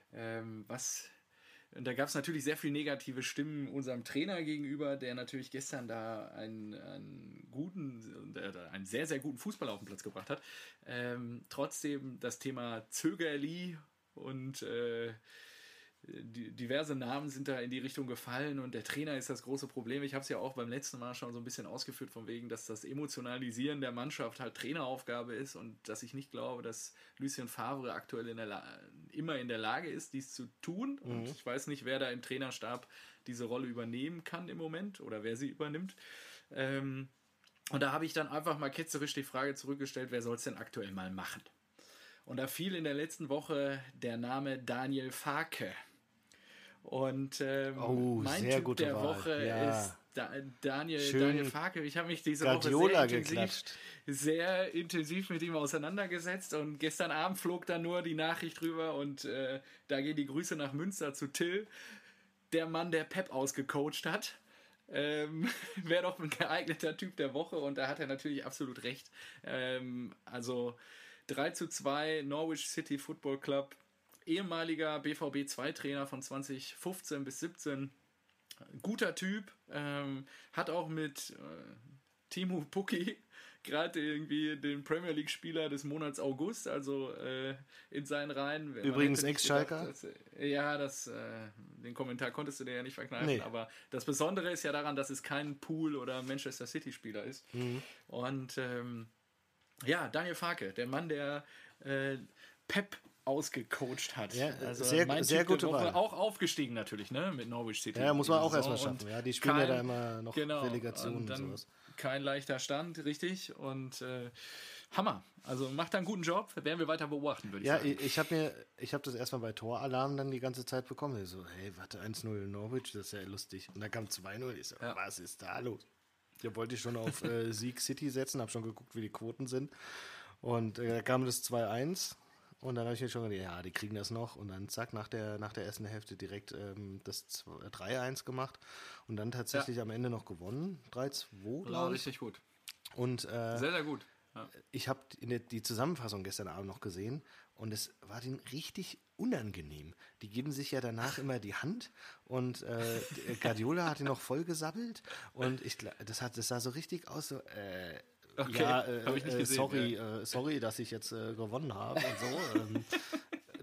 da gab es natürlich sehr viele negative Stimmen unserem Trainer gegenüber, der natürlich gestern da einen sehr, sehr guten Fußball auf den Platz gebracht hat. Trotzdem das Thema Zögerli und diverse Namen sind da in die Richtung gefallen und der Trainer ist das große Problem. Ich habe es ja auch beim letzten Mal schon so ein bisschen ausgeführt, von wegen, dass das Emotionalisieren der Mannschaft halt Traineraufgabe ist und dass ich nicht glaube, dass Lucien Favre aktuell immer in der Lage ist, dies zu tun. Und ich weiß nicht, wer da im Trainerstab diese Rolle übernehmen kann im Moment oder wer sie übernimmt. Und da habe ich dann einfach mal ketzerisch die Frage zurückgestellt, wer soll es denn aktuell mal machen? Und da fiel in der letzten Woche der Name Daniel Farke. Und mein Typ der Woche ist Daniel Farke. Ich habe mich diese Woche sehr intensiv mit ihm auseinandergesetzt und gestern Abend flog da nur die Nachricht rüber und da gehen die Grüße nach Münster zu Till, der Mann, der Pep ausgecoacht hat. Wäre doch ein geeigneter Typ der Woche und da hat er natürlich absolut recht. 3:2 Norwich City Football Club, ehemaliger BVB-2-Trainer von 2015 bis 17, guter Typ, hat auch mit Timo Pukki gerade irgendwie den Premier League-Spieler des Monats August, also in seinen Reihen. Übrigens Ex-Schalker. Den Kommentar konntest du dir ja nicht verkneifen, aber das Besondere ist ja daran, dass es kein Pool- oder Manchester City-Spieler ist. Und Daniel Farke, der Mann, der Pep ausgecoacht hat. Ja, also sehr gute Wahl. Auch aufgestiegen natürlich, ne, mit Norwich City. Ja, muss man auch erstmal schaffen. Ja, die spielen ja da immer noch Relegation und dann sowas. Kein leichter Stand, richtig. Und Hammer. Also macht einen guten Job. Werden wir weiter beobachten, würde ich sagen. Ja, ich habe das erstmal bei Toralarm dann die ganze Zeit bekommen. Ich so, hey, warte, 1-0 Norwich, das ist ja lustig. Und dann kam 2-0. Ich so, was ist da los? Da wollte ich schon auf Sieg City setzen, habe schon geguckt, wie die Quoten sind. Und da kam das 2-1. Und dann habe ich mir schon gedacht, ja, die kriegen das noch. Und dann zack, nach der ersten Hälfte direkt das 3-1 gemacht. Und dann tatsächlich am Ende noch gewonnen. 3-2, glaube ich. Richtig gut. Und sehr, sehr gut. Ja. Ich habe die Zusammenfassung gestern Abend noch gesehen. Und es war denen richtig unangenehm. Die geben sich ja danach immer die Hand. Und Guardiola hat ihn noch voll gesabbelt. Und das sah so richtig aus, so, okay, habe ich nicht gesehen. Sorry, dass ich jetzt gewonnen habe und so.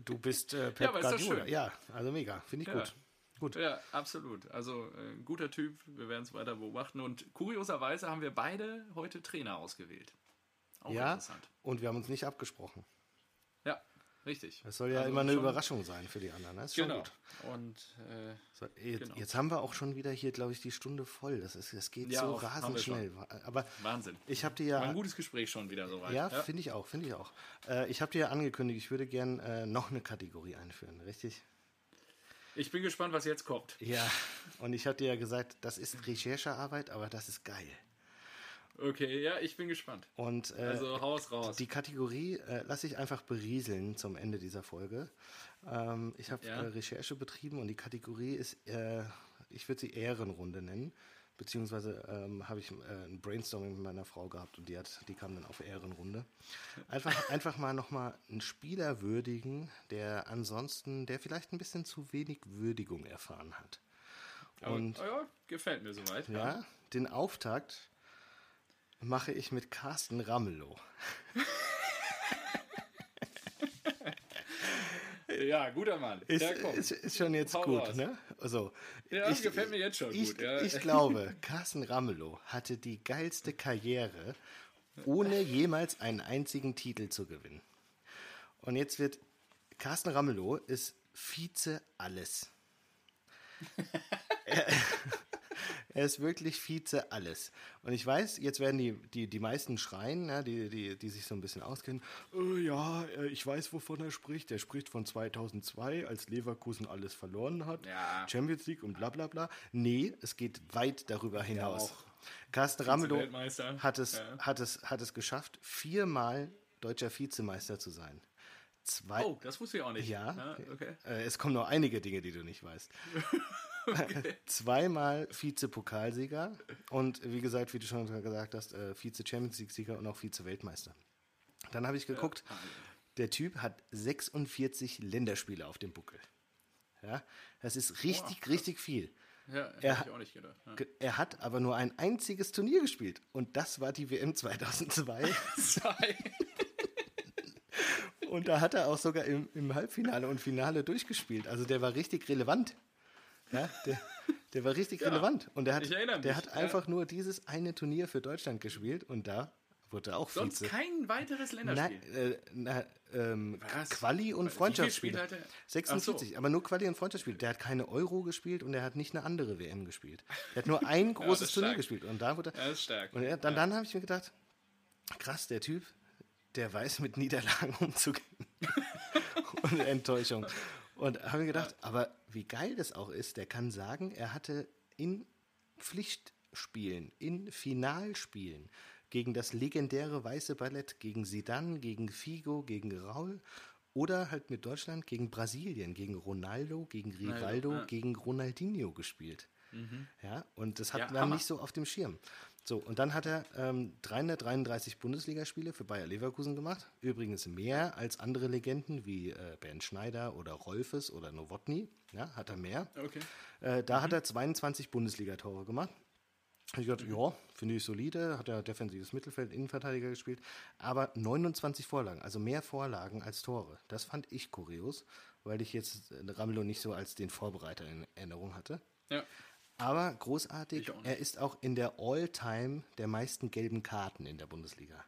Du bist Pep Ja, aber ist doch Guardiola. schön. Ja, also mega. Finde ich Ja. gut. Gut. Ja, absolut. Also ein guter Typ, wir werden es weiter beobachten. Und kurioserweise haben wir beide heute Trainer ausgewählt. Auch Ja, interessant. und wir haben uns nicht abgesprochen. Ja, richtig. Das soll ja Also immer eine schon- Überraschung sein für die anderen. Das ist schon Genau. gut. Und So, jetzt, Genau. jetzt haben wir auch schon wieder hier, glaube ich, die Stunde voll. Das geht Ja, so auch, haben rasend wir schon. schnell. Aber Wahnsinn. ich habe dir War ein ja, gutes Gespräch schon wieder soweit. ja, finde ich auch, finde ich auch. Ich habe dir ja angekündigt, ich würde gern noch eine Kategorie einführen, richtig? Ich bin gespannt, was jetzt kommt. Ja, und ich habe dir ja gesagt, das ist Recherchearbeit, aber das ist geil. Okay, ja, ich bin gespannt. Und Also Haus raus. die Kategorie lasse ich einfach berieseln zum Ende dieser Folge. Ich habe Ja. Recherche betrieben und die Kategorie ist, ich würde sie Ehrenrunde nennen. Beziehungsweise habe ich ein Brainstorming mit meiner Frau gehabt und die kam dann auf Ehrenrunde. Einfach mal nochmal einen Spieler würdigen, der vielleicht ein bisschen zu wenig Würdigung erfahren hat. Und ja, gefällt mir soweit. ja, den Auftakt mache ich mit Carsten Ramelow. Ja, guter Mann. Ist schon jetzt Hau gut, raus. ne? Also, Ja, gefällt mir jetzt schon gut. Ja. Ich glaube, Carsten Ramelow hatte die geilste Karriere, ohne jemals einen einzigen Titel zu gewinnen. Und jetzt Carsten Ramelow ist Vize alles. Er ist wirklich Vize alles. Und ich weiß, jetzt werden die meisten schreien, ja, die sich so ein bisschen auskennen. Ich weiß, wovon er spricht. Er spricht von 2002, als Leverkusen alles verloren hat. Ja. Champions League und bla bla bla. Nee, es geht weit darüber hinaus. auch. Carsten Ramelow Vize-Weltmeister. hat es geschafft, 4-mal deutscher Vizemeister zu sein. Oh, das wusste ich auch nicht. Ja, Okay. es kommen noch einige Dinge, die du nicht weißt. 2-mal Vize-Pokalsieger und wie gesagt, wie du schon gesagt hast, Vize-Champions-League-Sieger und auch Vize-Weltmeister. Dann habe ich geguckt, der Typ hat 46 Länderspiele auf dem Buckel. Ja, das ist richtig viel. Ja, hätte ich auch nicht gedacht. Ja. Er hat aber nur ein einziges Turnier gespielt und das war die WM 2002. Und da hat er auch sogar im Halbfinale und Finale durchgespielt. Also der war richtig relevant. Ja, der war richtig relevant. Und ich erinnere mich, hat einfach nur dieses eine Turnier für Deutschland gespielt und da wurde er auch Sonst Vize. kein weiteres Länderspiel. Was? Quali und Wie viel Freundschaftsspiele. Spiele hat er? 46, Ach so. aber nur Quali und Freundschaftsspiele. Der hat keine Euro gespielt und er hat nicht eine andere WM gespielt. Er hat nur ein großes das ist Turnier stark. gespielt. Und da wurde Ja, das ist stark. und dann habe ich mir gedacht, krass, der Typ, der weiß mit Niederlagen umzugehen. Und Enttäuschung. Und habe mir gedacht, aber wie geil das auch ist, der kann sagen, er hatte in Pflichtspielen, in Finalspielen gegen das legendäre Weiße Ballett, gegen Zidane, gegen Figo, gegen Raul oder halt mit Deutschland gegen Brasilien, gegen Ronaldo, gegen Rivaldo, gegen Ronaldinho gespielt. Ja, und das hat Ja, man Hammer. nicht so auf dem Schirm. So, und dann hat er 333 Bundesligaspiele für Bayer Leverkusen gemacht. Übrigens mehr als andere Legenden wie Bernd Schneider oder Rolfes oder Nowotny. Ja, hat er mehr. Okay. Da hat er 22 Bundesligatore gemacht. Ich dachte, ja, finde ich solide, hat er defensives Mittelfeld, Innenverteidiger gespielt, aber 29 Vorlagen, also mehr Vorlagen als Tore. Das fand ich kurios, weil ich jetzt Ramelow nicht so als den Vorbereiter in Erinnerung hatte. Ja. Aber großartig, Ich auch nicht. er ist auch in der All-Time der meisten gelben Karten in der Bundesliga.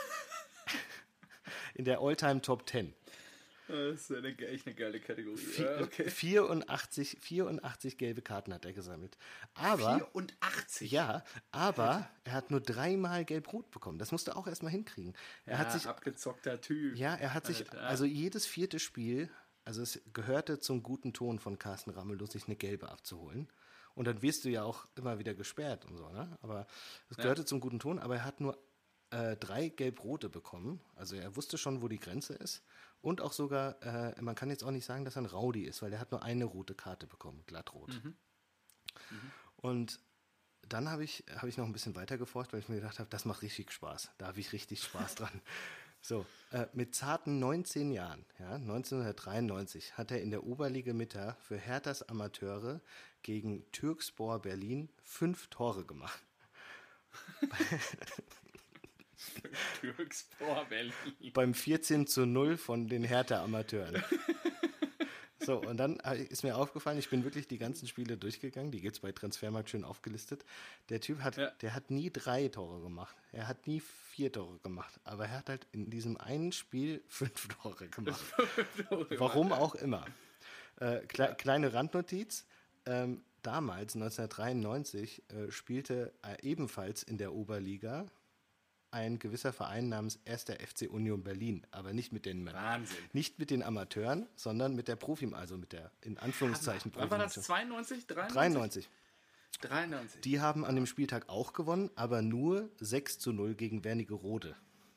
In der All-Time Top 10. Das ist echt eine geile Kategorie. Ja, okay. 84 gelbe Karten hat er gesammelt. Aber 84? ja, aber er hat nur 3-mal gelb-rot bekommen. Das musste er auch erstmal hinkriegen. Er hat sich, abgezockter Typ. ja, er hat sich, Alter. also jedes 4. Spiel, also es gehörte zum guten Ton von Carsten Ramelow, sich eine gelbe abzuholen. Und dann wirst du ja auch immer wieder gesperrt und so, ne? Aber es gehörte zum guten Ton, aber er hat nur 3 gelb-rote bekommen. Also er wusste schon, wo die Grenze ist. Und auch sogar, man kann jetzt auch nicht sagen, dass er ein Rowdy ist, weil er hat nur eine rote Karte bekommen, glattrot. Und dann habe ich noch ein bisschen weiter geforscht, weil ich mir gedacht habe, das macht richtig Spaß. Da habe ich richtig Spaß dran. So, mit zarten 19 Jahren, ja, 1993, hat er in der Oberliga Mitte für Herthas Amateure gegen Türkspor Berlin 5 Tore gemacht. Türks vor Berlin. Beim 14:0 von den Hertha-Amateuren. So, und dann ist mir aufgefallen, ich bin wirklich die ganzen Spiele durchgegangen, die gibt es bei Transfermarkt schön aufgelistet. Der Typ der hat nie 3 Tore gemacht, er hat nie 4 Tore gemacht, aber er hat halt in diesem einen Spiel 5 Tore gemacht. Warum auch immer. Kleine Randnotiz, damals, 1993, spielte ebenfalls in der Oberliga ein gewisser Verein namens 1. FC Union Berlin, aber nicht mit den Amateuren, sondern mit der Profi, also mit der in Anführungszeichen Profi. Wann war das? 92? 93. 93. Die haben an dem Spieltag auch gewonnen, aber nur 6:0 gegen Wernigerode.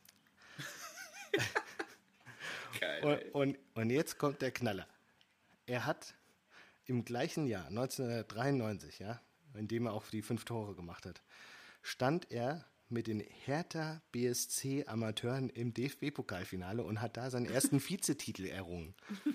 Geil. Und jetzt kommt der Knaller. Er hat im gleichen Jahr, 1993, ja, in dem er auch die 5 Tore gemacht hat, stand er mit den Hertha BSC Amateuren im DFB-Pokalfinale und hat da seinen ersten Vizetitel errungen.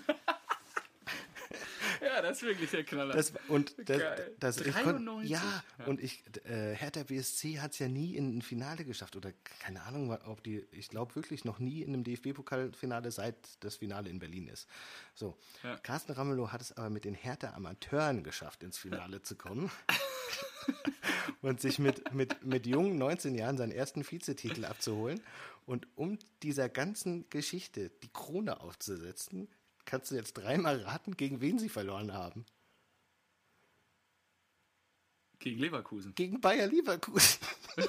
Ja, das ist wirklich der Knaller. Und 93. Hertha BSC hat es ja nie in ein Finale geschafft oder keine Ahnung, ich glaube wirklich noch nie in einem DFB-Pokalfinale, seit das Finale in Berlin ist. So, ja. Carsten Ramelow hat es aber mit den Hertha Amateuren geschafft, ins Finale zu kommen. Und sich mit jungen 19 Jahren seinen ersten Vizetitel abzuholen. Und um dieser ganzen Geschichte die Krone aufzusetzen, kannst du jetzt 3-mal raten, gegen wen sie verloren haben. Gegen Leverkusen. Gegen Bayer Leverkusen.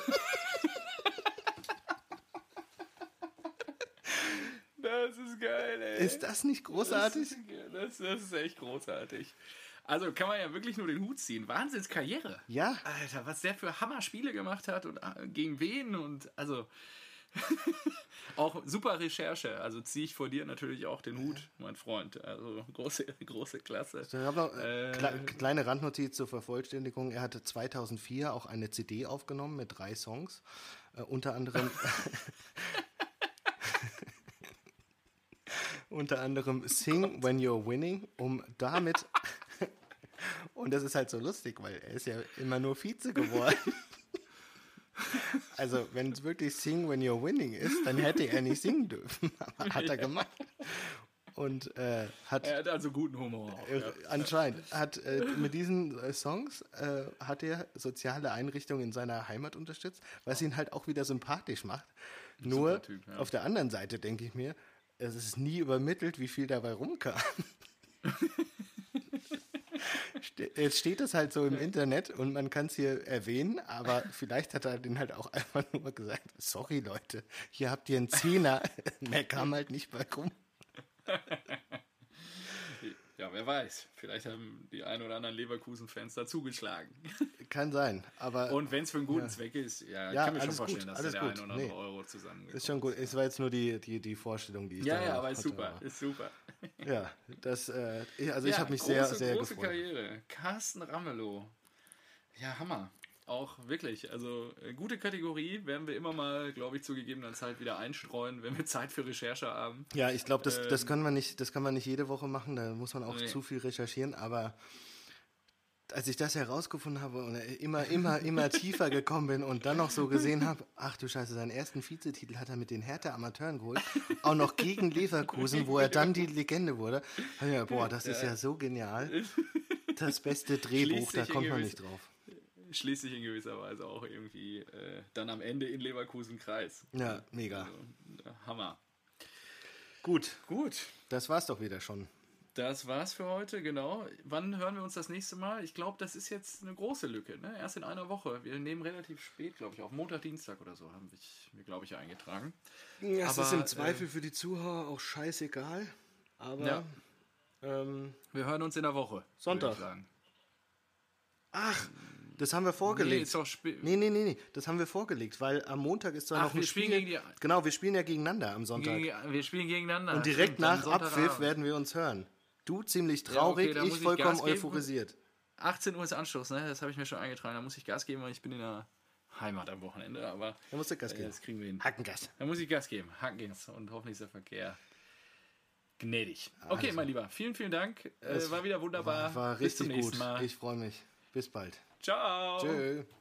Das ist geil, ey. Ist das nicht großartig? Das ist echt großartig. Also kann man ja wirklich nur den Hut ziehen. Wahnsinnskarriere. Ja. Alter, was der für Hammer-Spiele gemacht hat und gegen wen und also auch super Recherche. Also ziehe ich vor dir natürlich auch den Hut, mein Freund. Also große Klasse. Ich habe noch kleine Randnotiz zur Vervollständigung. Er hatte 2004 auch eine CD aufgenommen mit 3 Songs. Unter anderem Sing When You're Winning, um damit und das ist halt so lustig, weil er ist ja immer nur Vize geworden. Also wenn es wirklich Sing When You're Winning ist, dann hätte er nicht singen dürfen, aber hat er gemacht. Und er hat also guten Humor auch, anscheinend. Mit diesen Songs hat er soziale Einrichtungen in seiner Heimat unterstützt, was ihn halt auch wieder sympathisch macht. Nur Typ, ja. Auf der anderen Seite denke ich mir, es ist nie übermittelt, wie viel dabei rumkam. Jetzt steht es halt so im Internet und man kann es hier erwähnen, aber vielleicht hat er den halt auch einfach nur gesagt, sorry Leute, hier habt ihr einen Zehner, mehr kam halt nicht bei rum. Ja, wer weiß. Vielleicht haben die ein oder anderen Leverkusen-Fans dazugeschlagen. Kann sein, aber... Und wenn es für einen guten Zweck ist, ich kann mir schon vorstellen, dass der 1 oder andere Euro zusammengekommen ist. Ist schon gut, es war jetzt nur die Vorstellung, die ich da aber ist super, ist super. Ja, ich habe mich sehr gefreut. Große Karriere. Carsten Ramelow. Ja, Hammer. Auch wirklich, also gute Kategorie, werden wir immer mal, glaube ich, zu gegebener Zeit wieder einstreuen, wenn wir Zeit für Recherche haben. Ja, ich glaube, das kann man nicht jede Woche machen, da muss man auch zu viel recherchieren, aber als ich das herausgefunden habe und immer tiefer gekommen bin und dann noch so gesehen habe, ach du Scheiße, seinen ersten Vizetitel hat er mit den Hertha Amateuren geholt, auch noch gegen Leverkusen, wo er dann die Legende wurde. Das ist ja so genial. Das beste Drehbuch, da kommt man nicht drauf. Schließt sich in gewisser Weise auch irgendwie dann am Ende in Leverkusen Kreis. Ja, mega. Also, Hammer. Gut. Das war's doch wieder schon. Das war's für heute, genau. Wann hören wir uns das nächste Mal? Ich glaube, das ist jetzt eine große Lücke, ne? Erst in einer Woche. Wir nehmen relativ spät, glaube ich, auf Montag, Dienstag oder so haben wir, glaube ich, eingetragen. Ja, es ist im Zweifel für die Zuhörer auch scheißegal. Aber wir hören uns in der Woche. Sonntag. Ach, das haben wir vorgelegt. Nee, ist doch Nee, das haben wir vorgelegt, weil am Montag ist zwar noch ein Spiel. Genau, wir spielen ja gegeneinander am Sonntag. Wir spielen gegeneinander. Und direkt nach Abpfiff werden wir uns hören. Du ziemlich traurig, ich vollkommen euphorisiert. 18 Uhr ist Anschluss, ne? Das habe ich mir schon eingetragen. Da muss ich Gas geben, weil ich bin in der Heimat am Wochenende. Aber da musst du Gas geben. Das kriegen wir hin. Hackengas. Da muss ich Gas geben. Hackengas. Und hoffentlich ist der Verkehr gnädig. Okay, mein Lieber. Vielen, vielen Dank. War wieder wunderbar. War richtig gut. Ich freue mich. Bis bald. Ciao. Tschö.